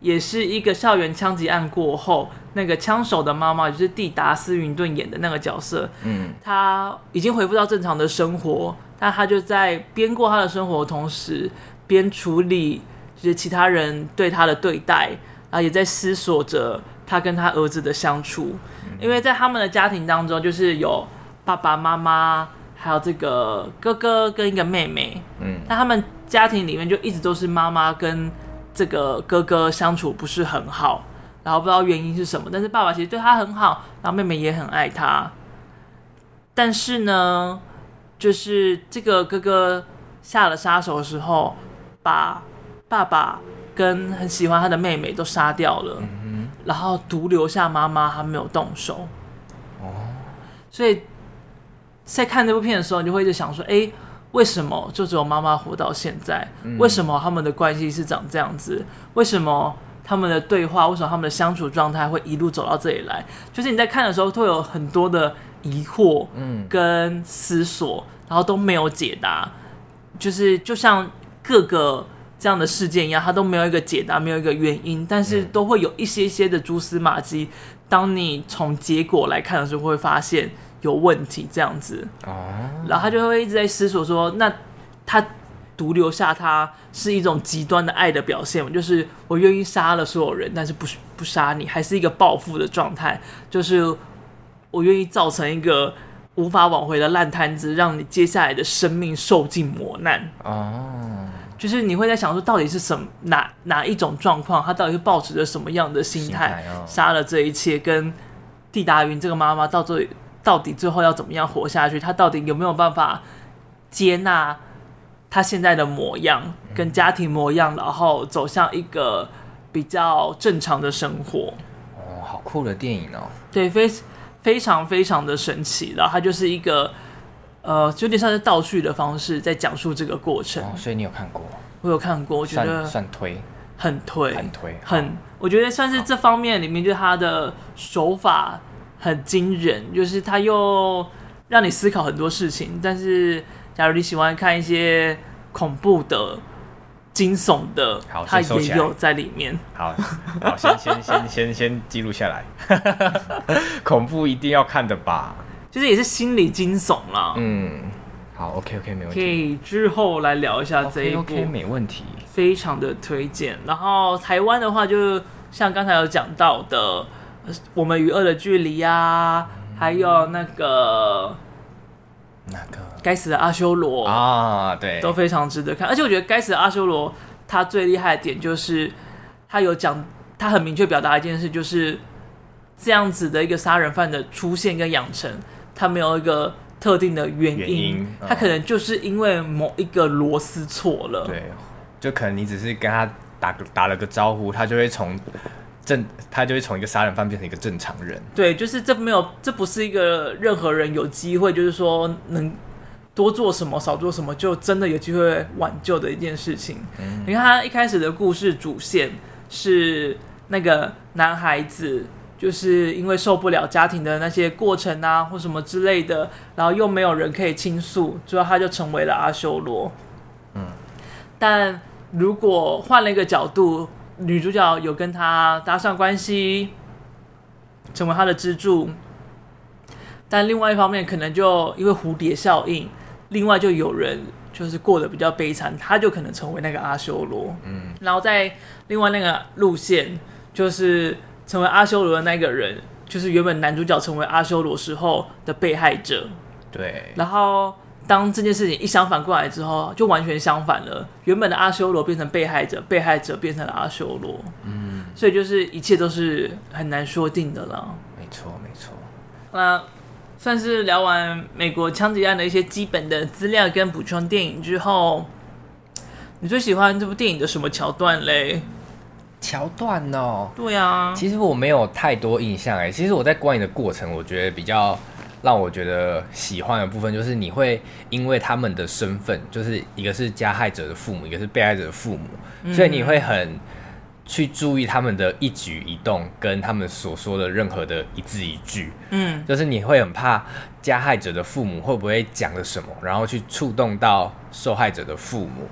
[SPEAKER 2] 也是一个校园枪击案过后，那个枪手的妈妈就是蒂达斯云顿演的那个角色，她已经恢复到正常的生活，但她就在边过她的生活的同时，边处理就是其他人对她的对待，然后也在思索着她跟她儿子的相处，因为在他们的家庭当中，就是有爸爸妈妈，还有这个哥哥跟一个妹妹，但他们家庭里面就一直都是妈妈跟这个哥哥相处不是很好，然后不知道原因是什么，但是爸爸其实对他很好，然后妹妹也很爱他。但是呢，就是这个哥哥下了杀手的时候，把爸爸跟很喜欢他的妹妹都杀掉了，然后独留下妈妈，他没有动手。所以在看这部片的时候，你就会一直想说，为什么就只有妈妈活到现在？为什么他们的关系是长这样子？为什么他们的对话，为什么他们的相处状态会一路走到这里来？就是你在看的时候，会有很多的疑惑跟思索，然后都没有解答。就是就像各个这样的事件一样，它都没有一个解答，没有一个原因，但是都会有一些些的蛛丝马迹。当你从结果来看的时候，会发现有问题这样子，然后他就会一直在思索说，那他独留下他是一种极端的爱的表现，就是我愿意杀了所有人，但是不杀你，还是一个报复的状态，就是我愿意造成一个无法挽回的烂摊子，让你接下来的生命受尽磨难。就是你会在想说，到底是哪一种状况，他到底是抱持着什么样的心态杀了这一切，跟蒂达云这个妈妈到底最后要怎么样活下去？他到底有没有办法接纳他现在的模样跟家庭模样，然后走向一个比较正常的生活？
[SPEAKER 3] 好酷的电影哦！
[SPEAKER 2] 对，非常非常的神奇。然后它就是一个有点像是倒叙的方式在讲述这个过程。
[SPEAKER 3] 所以你有看过？
[SPEAKER 2] 我有看过，我觉得
[SPEAKER 3] 算推，
[SPEAKER 2] 很推，
[SPEAKER 3] 我
[SPEAKER 2] 觉得算是这方面里面，就是他的手法很惊人，就是他又让你思考很多事情。但是，假如你喜欢看一些恐怖的、惊悚的，它也有在里面。
[SPEAKER 3] 好，先记录下来。恐怖一定要看的吧？
[SPEAKER 2] 就是也是心理惊悚啦。
[SPEAKER 3] 好 ，OK， 没问题。
[SPEAKER 2] 可以之后来聊一下这一部
[SPEAKER 3] ，OK， 没问题。
[SPEAKER 2] 非常的推荐。然后台湾的话，就像刚才有讲到的，我们与恶的距离啊，还有那个该死的阿修罗
[SPEAKER 3] 啊，对，
[SPEAKER 2] 都非常值得看。而且我觉得该死的阿修罗他最厉害的点就是他有讲，他很明确表达一件事，就是这样子的一个杀人犯的出现跟养成，他没有一个特定的原因，他可能就是因为某一个螺丝错了。
[SPEAKER 3] 对，就可能你只是跟他打了个招呼，他就会从一个杀人犯变成一个正常人。
[SPEAKER 2] 对，就是这不是一个任何人有机会，就是说能多做什么少做什么就真的有机会挽救的一件事情。你看他一开始的故事主线是那个男孩子，就是因为受不了家庭的那些过程啊或什么之类的，然后又没有人可以倾诉，最后他就成为了阿修罗。但如果换了一个角度，女主角有跟他搭上关系，成为他的支柱，但另外一方面可能就因为蝴蝶效应，另外就有人就是过得比较悲惨，他就可能成为那个阿修罗。然后在另外那个路线，就是成为阿修罗的那个人，就是原本男主角成为阿修罗时候的被害者。
[SPEAKER 3] 对，
[SPEAKER 2] 然后当这件事情一相反过来之后，就完全相反了。原本的阿修罗变成被害者，被害者变成了阿修罗。所以就是一切都是很难说定的啦。
[SPEAKER 3] 没错。
[SPEAKER 2] 那算是聊完美国枪击案的一些基本的资料跟补充电影之后，你最喜欢这部电影的什么桥段嘞？
[SPEAKER 3] 桥段哦，
[SPEAKER 2] 对啊，
[SPEAKER 3] 其实我没有太多印象哎。其实我在观影的过程，我觉得比较让我觉得喜欢的部分，就是你会因为他们的身份，就是一个是加害者的父母，一个是被害者的父母，所以你会很去注意他们的一举一动，跟他们所说的任何的一字一句。就是你会很怕加害者的父母会不会讲了什么，然后去触动到受害者的父母。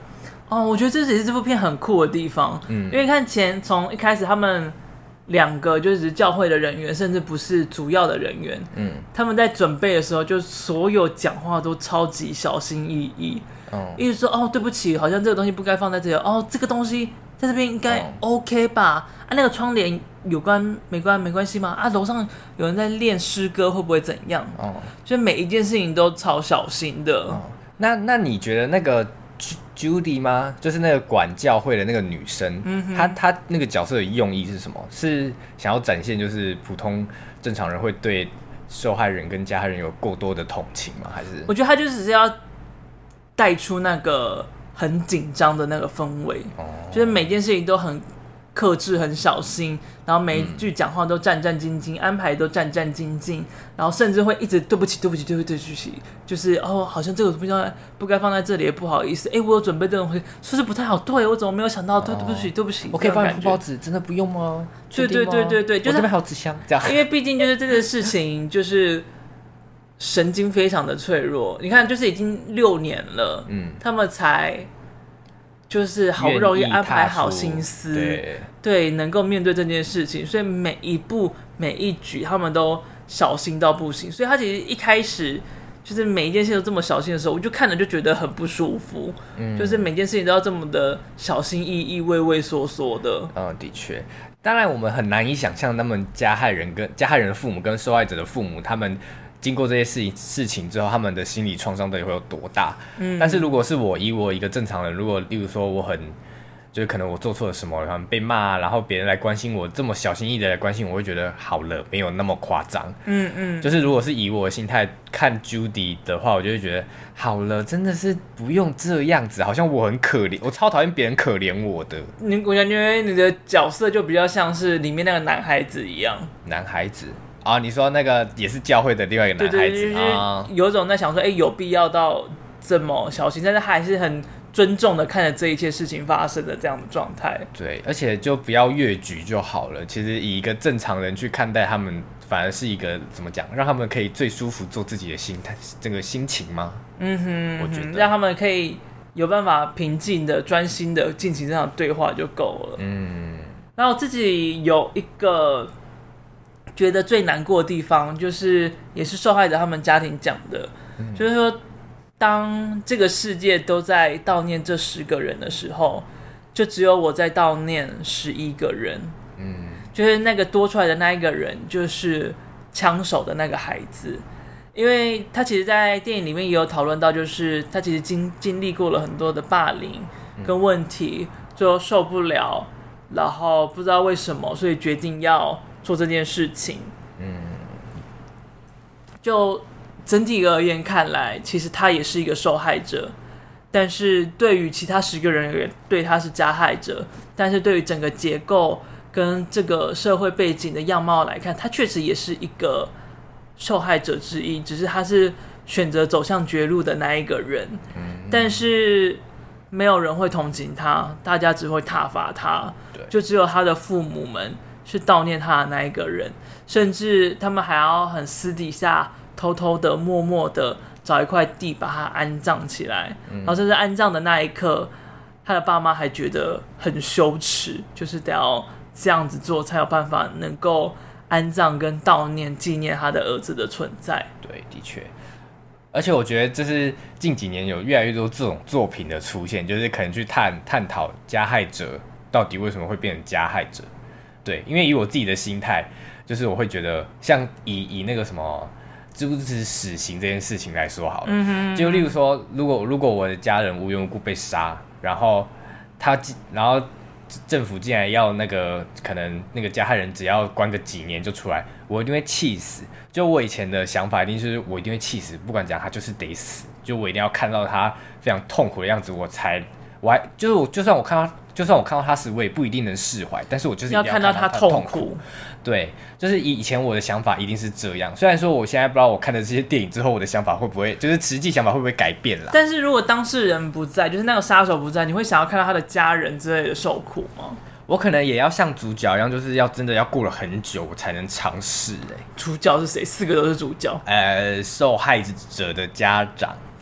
[SPEAKER 2] 我觉得这也是这部片很酷的地方，因为看从一开始他们2个就是教会的人员，甚至不是主要的人员，他们在准备的时候，就所有讲话都超级小心翼翼，一直说对不起，好像这个东西不该放在这里，这个东西在这边应该 OK 吧？那个窗帘没关系吗？楼上有人在练诗歌，会不会怎样？所以每一件事情都超小心的。
[SPEAKER 3] 那你觉得那个Judy 吗？就是那个管教会的那个女生，她那个角色的用意是什么？是想要展现就是普通正常人会对受害人跟加害人有过多的同情吗？还是
[SPEAKER 2] 我觉得她就只是要带出那个很紧张的那个氛围，就是每件事情都很克制、很小心，然后每一句讲话都战战兢兢，安排都战战兢兢，然后甚至会一直对不起，就是好像这个不该放在这里，不好意思，我有准备这种东西，是不是不太好？对，我怎么没有想到？对不起，
[SPEAKER 3] 我可以帮你敷包纸，真的不用吗？
[SPEAKER 2] 对，就是
[SPEAKER 3] 我这边还有纸箱，这样。
[SPEAKER 2] 因为毕竟就是这个事情，就是神经非常的脆弱。你看，就是已经6年了，他们才。就是好不容易安排好心思，对，能够面对这件事情，所以每一步每一举他们都小心到不行。所以他其实一开始就是每一件事都这么小心的时候，我就看着就觉得很不舒服。就是每件事情都要这么的小心翼翼、畏畏缩缩的。
[SPEAKER 3] 的确，当然我们很难以想象他们加害人的父母跟受害者的父母他们。经过这些事情之后，他们的心理创伤到底会有多大？但是如果是以我一个正常人，如果例如说就是可能我做错了什么，然后被骂，然后别人来关心我，这么小心翼翼的来关心我，会觉得好了，没有那么夸张。就是如果是以我的心态看 Judy 的话，我就会觉得好了，真的是不用这样子，好像我很可怜，我超讨厌别人可怜我的。
[SPEAKER 2] 我感觉你的角色就比较像是里面那个男孩子一样。
[SPEAKER 3] 男孩子。你说那个也是教会的另外一个男孩子，
[SPEAKER 2] 就是有种在想说，有必要到这么小心，但是他还是很尊重的看着这一切事情发生的这样的状态。
[SPEAKER 3] 对，而且就不要越矩就好了。其实以一个正常人去看待他们，反而是一个怎么讲，让他们可以最舒服做自己的心态，这个心情吗？我觉得
[SPEAKER 2] 让他们可以有办法平静的、专心的进行这样的对话就够了。然后我自己有一个。觉得最难过的地方，就是也是受害者他们家庭讲的，就是说，当这个世界都在悼念这10个人的时候，就只有我在悼念11个人。就是那个多出来的那一个人，就是枪手的那个孩子，因为他其实，在电影里面也有讨论到，就是他其实经历过了很多的霸凌跟问题，最后受不了，然后不知道为什么，所以决定要。做这件事情，就整体而言看来，其实他也是一个受害者，但是对于其他10个人对他是加害者，但是对于整个结构跟这个社会背景的样貌来看，他确实也是一个受害者之一，只是他是选择走向绝路的那一个人，但是没有人会同情他，大家只会挞伐他，就只有他的父母们。是悼念他的那一个人，甚至他们还要很私底下、偷偷的、默默的找一块地把他安葬起来，然后甚至安葬的那一刻，他的爸妈还觉得很羞耻，就是得要这样子做才有办法能够安葬跟悼念、纪念他的儿子的存在。
[SPEAKER 3] 对，的确。而且我觉得这是近几年有越来越多这种作品的出现，就是可能去探讨加害者到底为什么会变成加害者。对，因为以我自己的心态，就是我会觉得，像以那个什么支不支持死刑这件事情来说好了，就例如说，如果我的家人无缘无故被杀，然后政府竟然要那个可能那个加害人只要关个几年就出来，我一定会气死。就我以前的想法一定是我一定会气死，不管怎样他就是得死，就我一定要看到他非常痛苦的样子，就算我看到他死，我也不一定能释怀，但是我就是一定要看到他痛苦。对，就是以前我的想法一定是这样。虽然说我现在不知道我看了这些电影之后，我的想法会不会，就是实际想法会不会改变啦？
[SPEAKER 2] 但是如果当事人不在，就是那个杀手不在，你会想要看到他的家人之类的受苦吗？
[SPEAKER 3] 我可能也要像主角一样，就是真的要过了很久我才能尝试。
[SPEAKER 2] 主角是谁？4个都是主角。
[SPEAKER 3] 受害者的家长。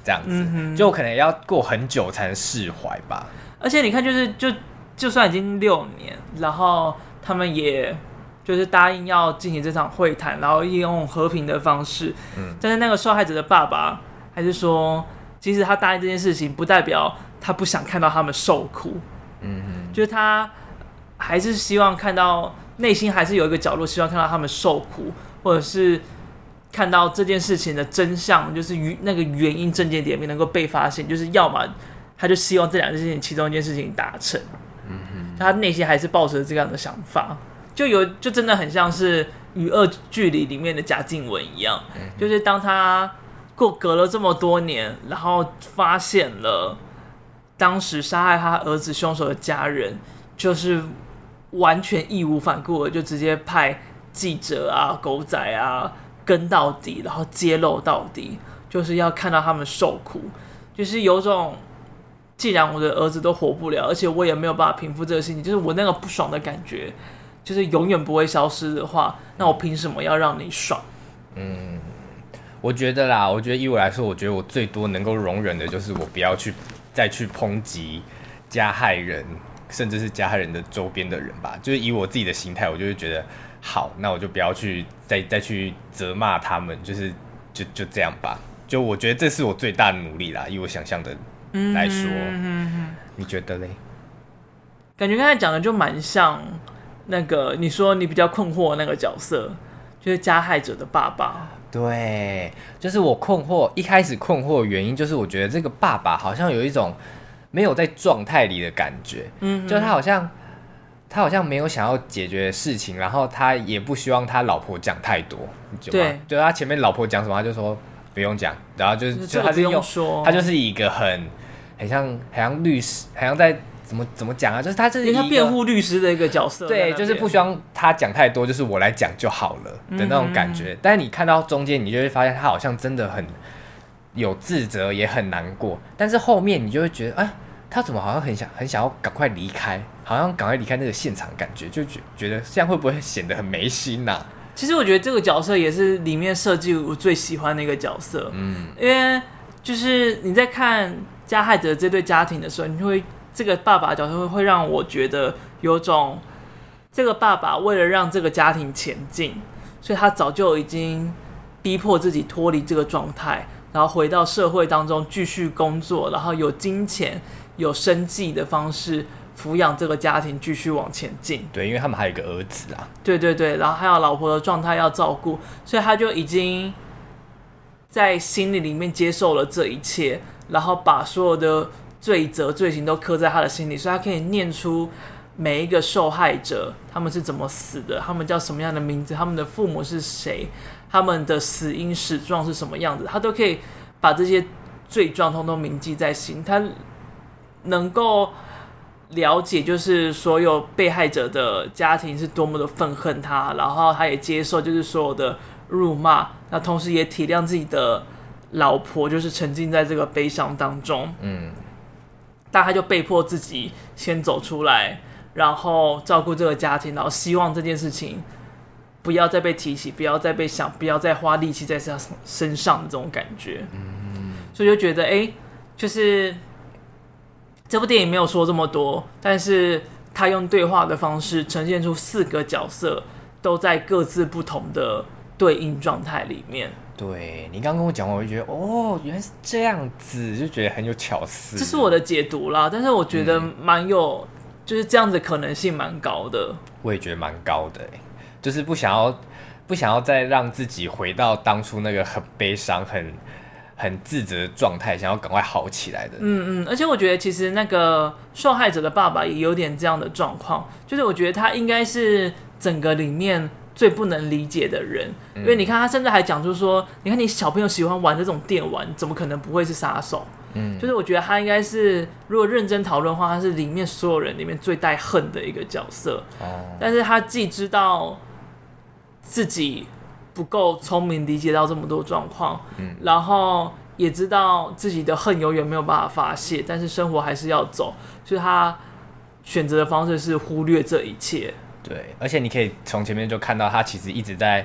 [SPEAKER 3] 这样子，就可能要过很久才能释怀吧。
[SPEAKER 2] 而且你看，就算已经6年，然后他们也就是答应要进行这场会谈，然后用和平的方式，但是那个受害者的爸爸还是说，即使他答应这件事情，不代表他不想看到他们受苦，就是他还是希望看到，内心还是有一个角落希望看到他们受苦，或者是看到这件事情的真相，就是那个原因症结点能够被发现，就是要么他就希望这2件事情其中一件事情达成，他内心还是抱着这样的想法，就真的很像是《与恶距离》里面的贾静雯一样，就是当他隔了这么多年，然后发现了当时杀害他儿子凶手的家人，就是完全义无反顾的就直接派记者啊、狗仔啊跟到底，然后揭露到底，就是要看到他们受苦，就是有种既然我的儿子都活不了，而且我也没有办法平复这个心情，就是我那个不爽的感觉就是永远不会消失的话，那我凭什么要让你爽？
[SPEAKER 3] 我觉得啦，我觉得以我来说，我觉得我最多能够容忍的就是我不要再去抨击加害人，甚至是加害人的周边的人吧。就是以我自己的心态，我就会觉得好，那我就不要去再去责骂他们，就这样吧。就我觉得这是我最大的努力啦，以我想象的来说，你觉得嘞？
[SPEAKER 2] 感觉刚才讲的就蛮像那个你说你比较困惑的那个角色，就是加害者的爸爸。
[SPEAKER 3] 对，就是我一开始困惑的原因就是我觉得这个爸爸好像有一种没有在状态里的感觉，就他好像没有想要解决事情，然后他也不希望他老婆讲太多，对，他前面老婆讲什么他就说不用讲，然后就他是用说，他就是一个很像律师，很像在怎么讲啊？就是他是一个
[SPEAKER 2] 辩护律师的一个角色，
[SPEAKER 3] 对，就是不希望他讲太多，就是我来讲就好了的那种感觉。但是你看到中间，你就会发现他好像真的很有自责，也很难过。但是后面你就会觉得，他怎么好像很想要赶快离开，好像赶快离开那个现场，感觉就觉得这样会不会显得很没心啊？
[SPEAKER 2] 其实我觉得这个角色也是里面设计我最喜欢的一个角色，因为就是你在看加害者这对家庭的时候，你会。这个爸爸的角色会让我觉得有种，这个爸爸为了让这个家庭前进，所以他早就已经逼迫自己脱离这个状态，然后回到社会当中继续工作，然后有金钱、有生计的方式抚养这个家庭，继续往前进。
[SPEAKER 3] 对，因为他们还有一个儿子啊。
[SPEAKER 2] 对对对，然后还有老婆的状态要照顾，所以他就已经在心里面接受了这一切，然后把所有的罪责罪行都刻在他的心里，所以他可以念出每一个受害者他们是怎么死的，他们叫什么样的名字，他们的父母是谁，他们的死因死状是什么样子，他都可以把这些罪状通通铭记在心。他能够了解就是所有被害者的家庭是多么的愤恨他，然后他也接受就是所有的辱骂，那同时也体谅自己的老婆就是沉浸在这个悲伤当中。但他就被迫自己先走出来，然后照顾这个家庭，然后希望这件事情不要再被提起，不要再被想，不要再花力气在他身上的这种感觉。所以就觉得就是这部电影没有说这么多，但是他用对话的方式呈现出4个角色都在各自不同的对应状态里面。
[SPEAKER 3] 对，你刚跟我讲完，我就觉得原来是这样子，就觉得很有巧思。
[SPEAKER 2] 这是我的解读啦，但是我觉得蛮有，就是这样子的可能性蛮高的。
[SPEAKER 3] 我也觉得蛮高的，就是不想要再让自己回到当初那个很悲伤、很自责的状态，想要赶快好起来的。
[SPEAKER 2] 而且我觉得其实那个受害者的爸爸也有点这样的状况，就是我觉得他应该是整个里面最不能理解的人，因为你看他甚至还讲出说，你看你小朋友喜欢玩这种电玩，怎么可能不会是杀手？就是我觉得他应该是，如果认真讨论的话，他是里面所有人里面最带恨的一个角色。但是他既知道自己不够聪明理解到这么多状况，然后也知道自己的恨永远没有办法发泄，但是生活还是要走，所以他选择的方式是忽略这一切。
[SPEAKER 3] 对，而且你可以从前面就看到他其实一直在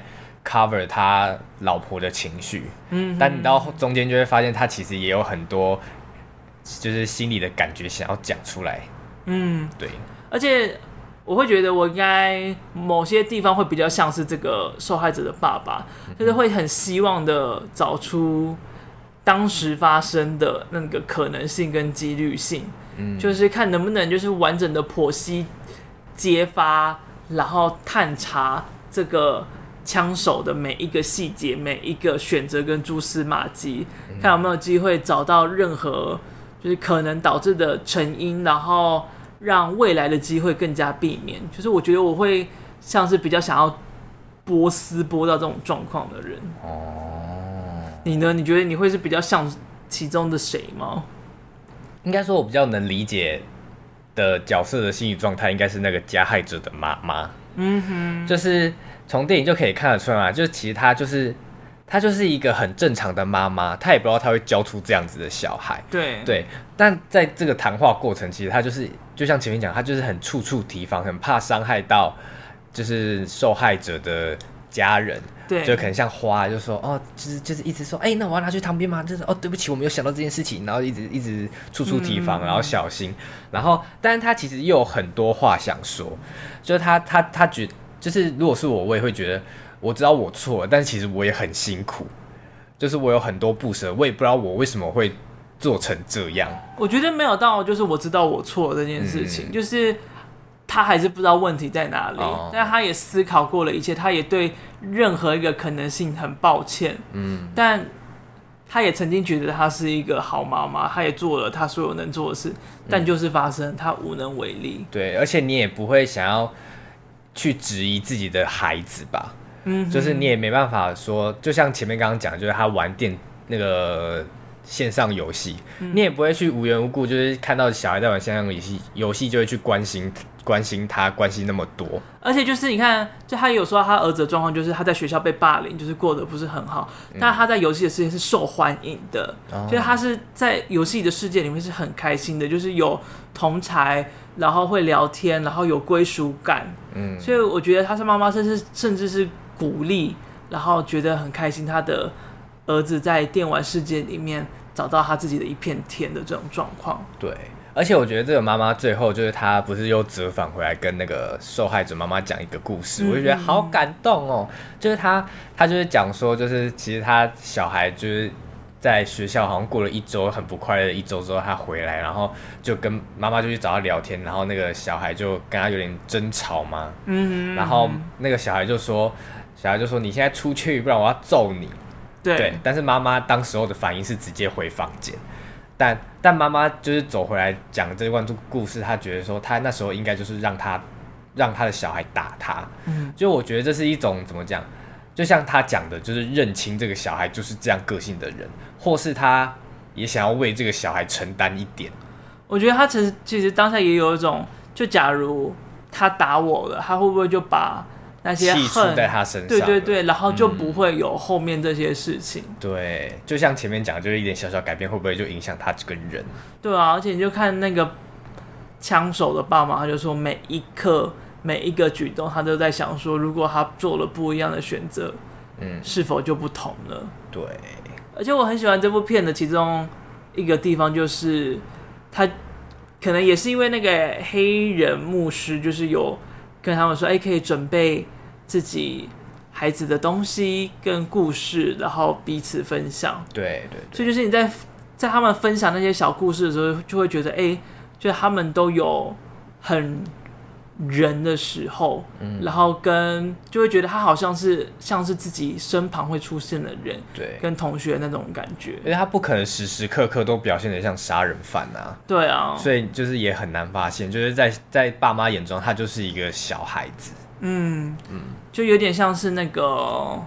[SPEAKER 3] cover 他老婆的情绪，但你到中间就会发现他其实也有很多就是心里的感觉想要讲出来，对，
[SPEAKER 2] 而且我会觉得我应该某些地方会比较像是这个受害者的爸爸，就是会很希望的找出当时发生的那个可能性跟几率性，就是看能不能就是完整的剖析、揭发，然后探查这个枪手的每一个细节、每一个选择跟蛛丝马迹，看有没有机会找到任何就是可能导致的成因，然后让未来的机会更加避免。就是我觉得我会像是比较想要剥丝剥到这种状况的人。你呢？你觉得你会是比较像其中的谁吗？
[SPEAKER 3] 应该说，我比较能理解的角色的心理状态，应该是那个加害者的妈妈。就是从电影就可以看得出来嘛，就是其实她就是一个很正常的妈妈，她也不知道她会教出这样子的小孩。对，但在这个谈话过程，其实她就是就像前面讲，她就是很处处提防，很怕伤害到就是受害者的家人。
[SPEAKER 2] 对，
[SPEAKER 3] 就可能像花，就说哦，就是一直说，那我要拿去当兵吗？就是对不起，我没有想到这件事情，然后一直处处提防，然后小心，然后，但是他其实又有很多话想说，就是他觉得，就是如果是我也会觉得，我知道我错了，但是其实我也很辛苦，就是我有很多不舍，我也不知道我为什么会做成这样。
[SPEAKER 2] 我觉得没有到，就是我知道我错了这件事情，就是他还是不知道问题在哪里，但他也思考过了一切，他也对任何一个可能性很抱歉，但他也曾经觉得他是一个好妈妈，他也做了他所有能做的事，但就是发生他无能为力。
[SPEAKER 3] 对，而且你也不会想要去质疑自己的孩子吧，就是你也没办法说，就像前面刚刚讲，就是他玩那个线上游戏，你也不会去无缘无故就是看到小孩在玩线上游戏就会去关心他，关心那么多。
[SPEAKER 2] 而且就是你看，就他有说他儿子的状况，就是他在学校被霸凌，就是过得不是很好，但他在游戏的世界是受欢迎的，就是他是在游戏的世界里面是很开心的，就是有同侪，然后会聊天，然后有归属感。所以我觉得他是妈妈甚至是鼓励，然后觉得很开心，他的儿子在电玩世界里面找到他自己的一片天的这种状况。
[SPEAKER 3] 对，而且我觉得这个妈妈最后就是她不是又折返回来跟那个受害者妈妈讲一个故事，我就觉得好感动哦。就是她就是讲说，就是其实她小孩就是在学校好像过了一周很不快乐的一周之后，他回来，然后就跟妈妈就去找他聊天，然后那个小孩就跟他有点争吵嘛，然后那个小孩就说你现在出去，不然我要揍你。对，但是妈妈当时候的反应是直接回房间，但妈妈就是走回来讲这段故事，她觉得说她那时候应该就是让她的小孩打他，就我觉得这是一种怎么讲，就像他讲的，就是认清这个小孩就是这样个性的人，或是他也想要为这个小孩承担一点。
[SPEAKER 2] 我觉得他其实当下也有一种，就假如他打我了，他会不会就把那些恨
[SPEAKER 3] 气出在他身上？
[SPEAKER 2] 对，然后就不会有后面这些事情。
[SPEAKER 3] 对，就像前面讲，就是一点小小改变，会不会就影响他这个人？
[SPEAKER 2] 对啊，而且你就看那个枪手的爸妈，他就说每一刻每一个举动，他都在想说，如果他做了不一样的选择，是否就不同了？
[SPEAKER 3] 对。
[SPEAKER 2] 而且我很喜欢这部片的其中一个地方，就是他可能也是因为那个黑人牧师，就是有跟他们说，可以准备自己孩子的东西跟故事，然后彼此分享。
[SPEAKER 3] 对，
[SPEAKER 2] 所以就是你在他们分享那些小故事的时候，就会觉得，就他们都有很人的时候，然后就会觉得他好像是自己身旁会出现的人，
[SPEAKER 3] 对，
[SPEAKER 2] 跟同学那种感觉。
[SPEAKER 3] 因为他不可能时时刻刻都表现得像杀人犯啊，
[SPEAKER 2] 对啊，
[SPEAKER 3] 所以就是也很难发现，就是在爸妈眼中，他就是一个小孩子。
[SPEAKER 2] 就有点像是那个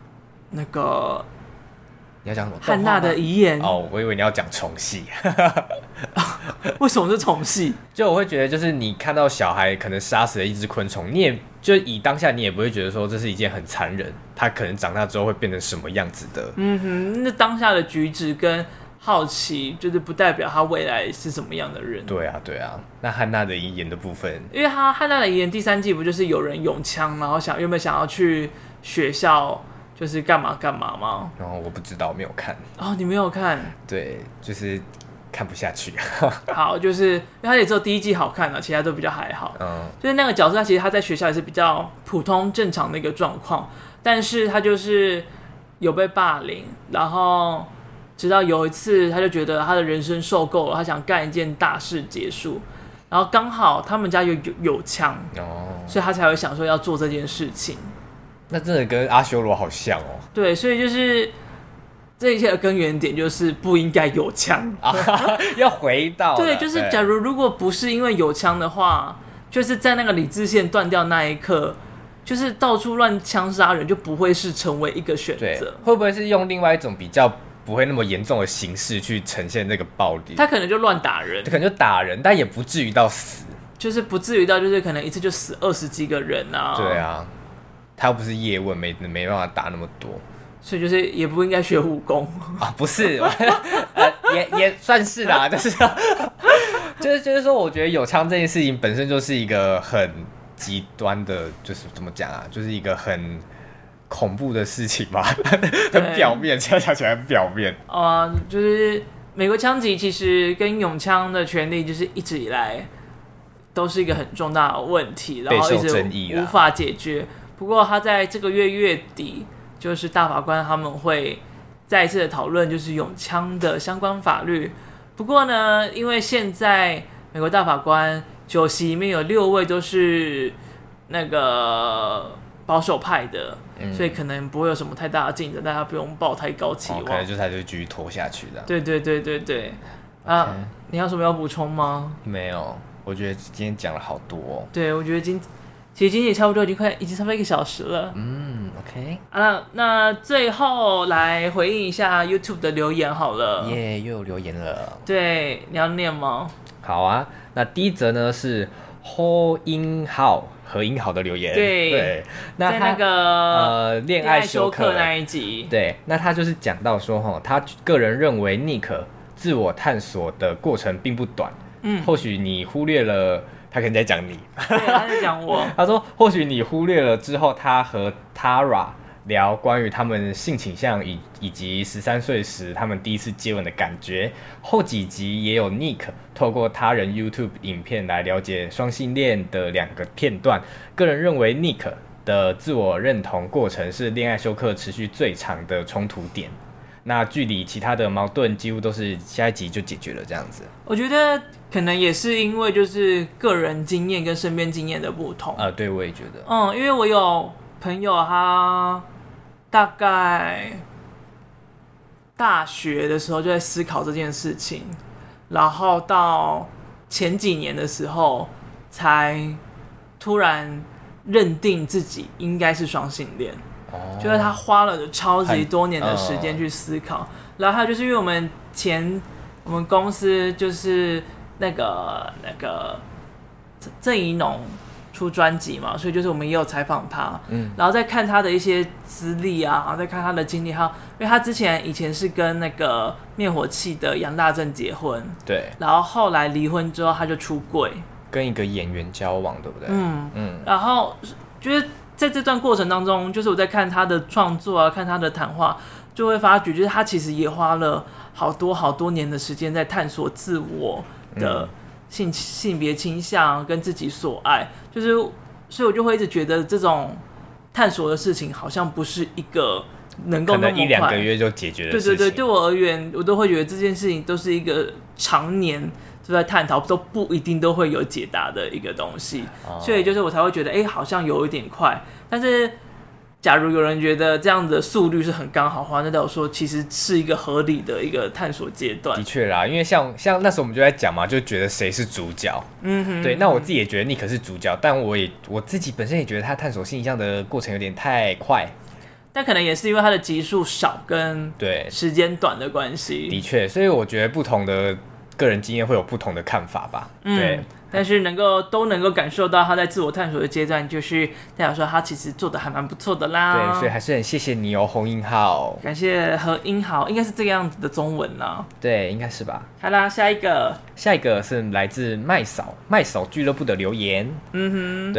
[SPEAKER 3] 你要讲什么？
[SPEAKER 2] 汉娜的遗言
[SPEAKER 3] 哦，我以为你要讲重戏。
[SPEAKER 2] 为什么是重戏？
[SPEAKER 3] 就我会觉得，就是你看到小孩可能杀死了一只昆虫，你也就以当下你也不会觉得说这是一件很残忍，他可能长大之后会变成什么样子的。
[SPEAKER 2] 那当下的举止跟好奇，就是不代表他未来是什么样的人。
[SPEAKER 3] 对啊。那汉娜的遗言的部分，
[SPEAKER 2] 因为汉娜的遗言第3季不就是有人用枪，然后原本想要去学校就是干嘛干嘛吗？
[SPEAKER 3] 然后我不知道，没有看。
[SPEAKER 2] 哦，你没有看？
[SPEAKER 3] 对，就是看不下去。
[SPEAKER 2] 好，就是因为它也只有第一季好看了，其他都比较还好。就是那个角色，其实他在学校也是比较普通正常的一个状况，但是他就是有被霸凌，然后直到有一次，他就觉得他的人生受够了，他想干一件大事结束。然后刚好他们家有枪，所以他才会想说要做这件事情。
[SPEAKER 3] 那真的跟阿修罗好像哦。
[SPEAKER 2] 对，所以就是这一切的根源点就是不应该有枪
[SPEAKER 3] 要回到
[SPEAKER 2] 对，就是假如果不是因为有枪的话，就是在那个理智线断掉那一刻，就是到处乱枪杀人就不会是成为一个选择。
[SPEAKER 3] 会不会是用另外一种比较不会那么严重的形式去呈现这个暴力？
[SPEAKER 2] 他可能就乱打人，
[SPEAKER 3] 可能就打人，但也不至于到死，
[SPEAKER 2] 就是不至于到就是可能一次就死20几个人啊。
[SPEAKER 3] 对啊。他又不是叶问，没办法打那么多，
[SPEAKER 2] 所以就是也不应该学武功
[SPEAKER 3] 啊，不是，也算是啦，就是说，我觉得有枪这件事情本身就是一个很极端的，就是怎么讲啊，就是一个很恐怖的事情嘛，很表面，现在想起来很表面
[SPEAKER 2] 就是美国枪击其实跟拥枪的权利就是一直以来都是一个很重大的问题，然后一直无法解决。不过他在这个月底，就是大法官他们会再一次的讨论就是拥枪的相关法律。不过呢，因为现在美国大法官9席里面有6位都是那个保守派的，所以可能不会有什么太大的进展，大家不用抱太高期望。
[SPEAKER 3] 可能就是他就继续拖下去的。
[SPEAKER 2] 对。你有什么要补充吗？
[SPEAKER 3] 没有，我觉得今天讲了好多哦。
[SPEAKER 2] 对，我觉得其实今天也差不多已经差不多1个小时了。
[SPEAKER 3] OK。
[SPEAKER 2] 那最后来回应一下 YouTube 的留言好了。
[SPEAKER 3] 耶，又有留言了。
[SPEAKER 2] 对，你要念吗？
[SPEAKER 3] 好啊，那第一则呢是何英豪的留言。对，那
[SPEAKER 2] 在那个
[SPEAKER 3] 恋爱休克
[SPEAKER 2] 那一集。
[SPEAKER 3] 对，那他就是讲到说他个人认为 Nick 自我探索的过程并不短。或许你忽略了。他可能在讲你，
[SPEAKER 2] 对，他在讲我。
[SPEAKER 3] 他说，或许你忽略了之后，他和 Tara 聊关于他们性倾向以及13岁时他们第一次接吻的感觉。后几集也有 Nick 透过他人 YouTube 影片来了解双性恋的2个片段。个人认为 Nick 的自我认同过程是恋爱休克持续最长的冲突点。那距离其他的矛盾几乎都是下一集就解决了这样子。
[SPEAKER 2] 我觉得可能也是因为就是个人经验跟身边经验的不同。
[SPEAKER 3] 对，我也觉得。
[SPEAKER 2] 因为我有朋友他大概大学的时候就在思考这件事情，然后到前几年的时候才突然认定自己应该是双性恋。就是他花了超级多年的时间去思考，然后还有就是因为我们公司就是那个郑宜农出专辑嘛，所以就是我们也有采访他，然后再看他的一些资历啊，然后再看他的经历，还有因为他以前是跟那个灭火器的杨大正结婚，
[SPEAKER 3] 对，
[SPEAKER 2] 然后后来离婚之后他就出柜，
[SPEAKER 3] 跟一个演员交往，对不对？
[SPEAKER 2] 然后就是在这段过程当中，就是我在看他的创作啊，看他的谈话，就会发觉，就是他其实也花了好多年的时间在探索自我的性别倾向跟自己所爱，就是所以我就会一直觉得这种探索的事情好像不是一个能够那么快，可能
[SPEAKER 3] 1-2个月就解决的事情。
[SPEAKER 2] 对，对我而言，我都会觉得这件事情都是一个常年就在探讨，都不一定都会有解答的一个东西，所以就是我才会觉得，好像有一点快。但是，假如有人觉得这样的速率是很刚好的话，那代表说其实是一个合理的一个探索阶段。
[SPEAKER 3] 的确啦，因为像那时候我们就在讲嘛，就觉得谁是主角。对，那我自己也觉得Nick是主角，但我自己本身也觉得他探索性向的过程有点太快。
[SPEAKER 2] 但可能也是因为他的集数少跟时间短的关系。
[SPEAKER 3] 的确，所以我觉得不同的个人经验会有不同的看法吧。对，
[SPEAKER 2] 但是都能够感受到他在自我探索的阶段，就是代表说他其实做的还蛮不错的啦。
[SPEAKER 3] 对，所以还是很谢谢你哦，洪英浩。
[SPEAKER 2] 感谢何英豪，应该是这个样子的中文啦。
[SPEAKER 3] 对，应该是吧。
[SPEAKER 2] 好啦，下一个
[SPEAKER 3] 是来自麦嫂俱乐部的留言。对。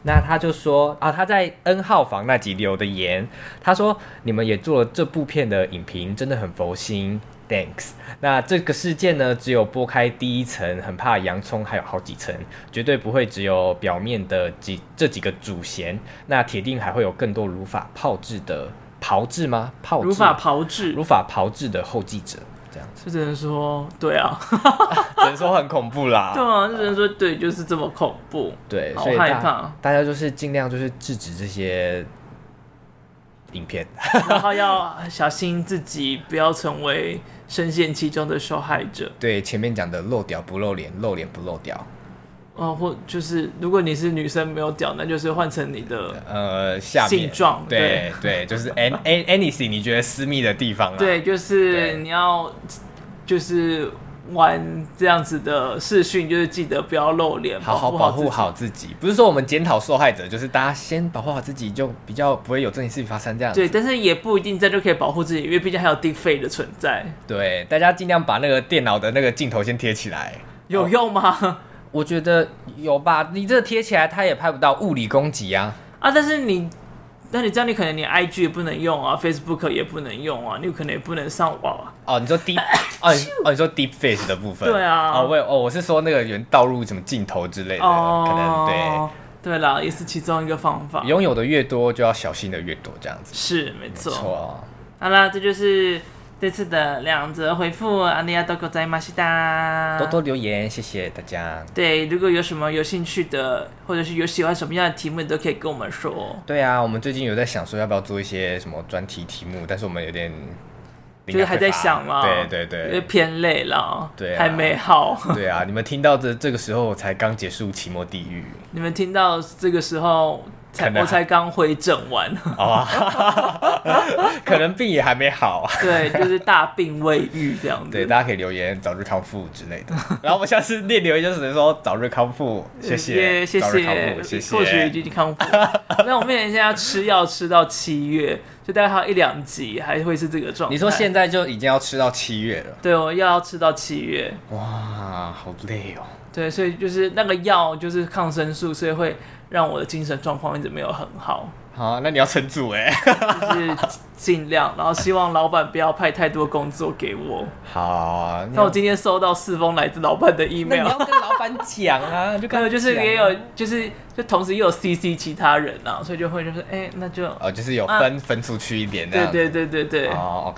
[SPEAKER 3] 那他就说啊，他在 N 号房那集留的言，他说你们也做了这部片的影评，真的很佛心 ，thanks。那这个事件呢，只有剥开第一层，很怕洋葱还有好几层，绝对不会只有表面的这几个主嫌，那铁定还会有更多如法炮制的炮制吗？炮制，如法炮制的后继者。这样子，
[SPEAKER 2] 只能说对啊，
[SPEAKER 3] 只能说很恐怖啦。
[SPEAKER 2] 对啊，只能说对，就是这么恐怖。
[SPEAKER 3] 对，
[SPEAKER 2] 好
[SPEAKER 3] 所以
[SPEAKER 2] 害怕。
[SPEAKER 3] 大家就是尽量就是制止这些影片，
[SPEAKER 2] 然后要小心自己不要成为深陷其中的受害者。
[SPEAKER 3] 对，前面讲的露屌不露脸，露脸不露屌。
[SPEAKER 2] 或就是如果你是女生没有屌，那就是换成你的
[SPEAKER 3] 下面
[SPEAKER 2] 性状，
[SPEAKER 3] 对，就是 anything 你觉得私密的地方啦。
[SPEAKER 2] 对，就是你要就是玩这样子的视讯，就是记得不要露脸，
[SPEAKER 3] 好好保护好自己。不是说我们检讨受害者，就是大家先保护好自己，就比较不会有这件事情发生这样子。
[SPEAKER 2] 对，但是也不一定这样就可以保护自己，因为毕竟还有 deepfake 的存在。
[SPEAKER 3] 对，大家尽量把那个电脑的那个镜头先贴起来，
[SPEAKER 2] 有用吗？
[SPEAKER 3] 我觉得有吧，你这贴起来，它也拍不到物理攻击啊。
[SPEAKER 2] 但是你这样，你可能你 IG 也不能用啊 ，Facebook 也不能用啊，你可能也不能上网啊。
[SPEAKER 3] 哦，你说 deep 你说 deep face 的部分。
[SPEAKER 2] 对啊。
[SPEAKER 3] 我是说那个原导入什么镜头之类的，可能对。
[SPEAKER 2] 对啦，也是其中一个方法。
[SPEAKER 3] 拥有的越多，就要小心的越多，这样子。
[SPEAKER 2] 是，没错。
[SPEAKER 3] 好
[SPEAKER 2] 啦，这就是这次的2则回复，ありがとうございました。
[SPEAKER 3] 多多留言，谢谢大家。
[SPEAKER 2] 对，如果有什么有兴趣的，或者是有喜欢什么样的题目，你都可以跟我们说。
[SPEAKER 3] 对啊，我们最近有在想说要不要做一些什么专题题目，但是我们有点
[SPEAKER 2] 就是还在想啦，
[SPEAKER 3] 对，
[SPEAKER 2] 因为偏累啦，
[SPEAKER 3] 对啊，
[SPEAKER 2] 还没好。
[SPEAKER 3] 对啊，你们听到的这个时候才刚结束期末地狱，
[SPEAKER 2] 你们听到这个时候。我才刚回诊完，
[SPEAKER 3] 可能病也还没好。
[SPEAKER 2] 对，就是大病未愈这样子。
[SPEAKER 3] 对，大家可以留言早日康复之类的。然后我下次练留言就只能说早日康复，谢谢，
[SPEAKER 2] 谢谢，或许已经康复。那我们现在要吃药吃到7月，就大概还有1-2集还会是这个状态。
[SPEAKER 3] 你说现在就已经要吃到7月了？
[SPEAKER 2] 对，我要吃到7月。
[SPEAKER 3] 哇，好累哦。
[SPEAKER 2] 对，所以就是那个药就是抗生素，所以会让我的精神状况一直没有很好。
[SPEAKER 3] 好，那你要撑住
[SPEAKER 2] 就是尽量，然后希望老板不要派太多工作给我。
[SPEAKER 3] 好啊，
[SPEAKER 2] 那我今天收到4封来自老板的 email，
[SPEAKER 3] 那你要跟老板讲啊，
[SPEAKER 2] 就是也有，就同时也有 CC 其他人啊，所以就会就是那就
[SPEAKER 3] 就是有分出去一点这样。
[SPEAKER 2] 对。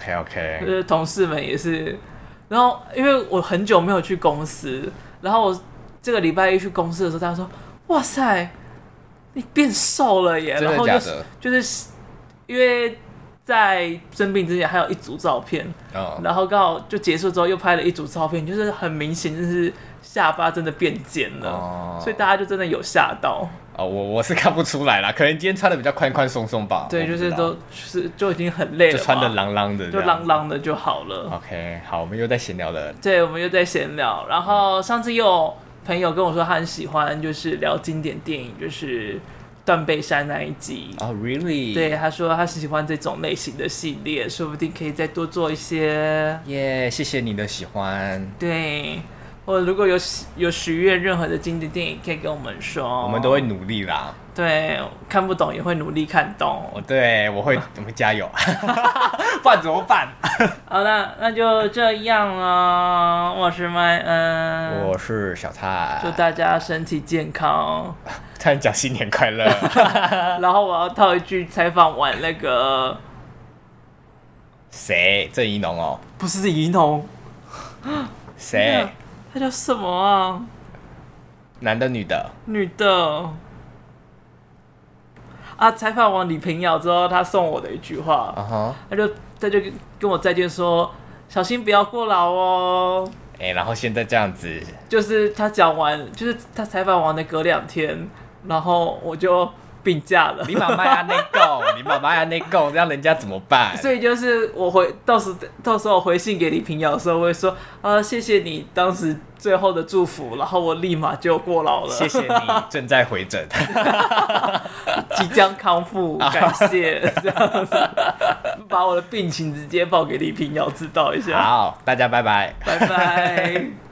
[SPEAKER 3] OK，
[SPEAKER 2] 就是同事们也是，然后因为我很久没有去公司。然后我这个礼拜一去公司的时候，他说：“哇塞，你变瘦了耶！”
[SPEAKER 3] 真的假的？
[SPEAKER 2] 就是因为在生病之前还有一组照片，然后刚好就结束之后又拍了一组照片，就是很明显就是下巴真的变尖了，所以大家就真的有吓到。
[SPEAKER 3] 我是看不出来啦，可能今天穿的比较宽宽松松吧。
[SPEAKER 2] 对，就是就已经很累了，
[SPEAKER 3] 就穿的朗朗的，
[SPEAKER 2] 就朗朗的就好了。
[SPEAKER 3] OK， 好，我们又在闲聊了。
[SPEAKER 2] 对，我们又在闲聊。然后上次又有朋友跟我说，他很喜欢就是聊经典电影，就是断背山那一集。
[SPEAKER 3] Really？
[SPEAKER 2] 对，他说他喜欢这种类型的系列，说不定可以再多做一些。
[SPEAKER 3] 耶，谢谢你的喜欢。
[SPEAKER 2] 对。或者如果有许愿任何的经典电影，可以跟我们说，
[SPEAKER 3] 我们都会努力啦。
[SPEAKER 2] 对，看不懂也会努力看懂。
[SPEAKER 3] 对，我会加油，不然怎么办？
[SPEAKER 2] 好了，那就这样了。我是麦恩，
[SPEAKER 3] 我是小蔡，
[SPEAKER 2] 祝大家身体健康。
[SPEAKER 3] 差点讲新年快乐。
[SPEAKER 2] 然后我要套一句采访完那个
[SPEAKER 3] 谁？郑宜农哦？
[SPEAKER 2] 不是宜农，
[SPEAKER 3] 谁？
[SPEAKER 2] 他叫什么啊？
[SPEAKER 3] 男的女的？
[SPEAKER 2] 女的。啊！采访完李平遥之后，他送我的一句话，他就跟我再见说：“小心不要过劳哦。”
[SPEAKER 3] 然后现在这样子，
[SPEAKER 2] 就是他讲完，就是他采访完的隔2天，然后我就病假了。
[SPEAKER 3] 你妈妈要内购，这样人家怎么办？
[SPEAKER 2] 所以就是我到时候我回信给李平遥的时候，我会说谢谢你当时最后的祝福，然后我立马就过劳了。
[SPEAKER 3] 谢谢你正在回诊，
[SPEAKER 2] 即将康复，感谢。这样子，把我的病情直接报给李平遥知道一下。
[SPEAKER 3] 好，大家拜拜，
[SPEAKER 2] 拜拜。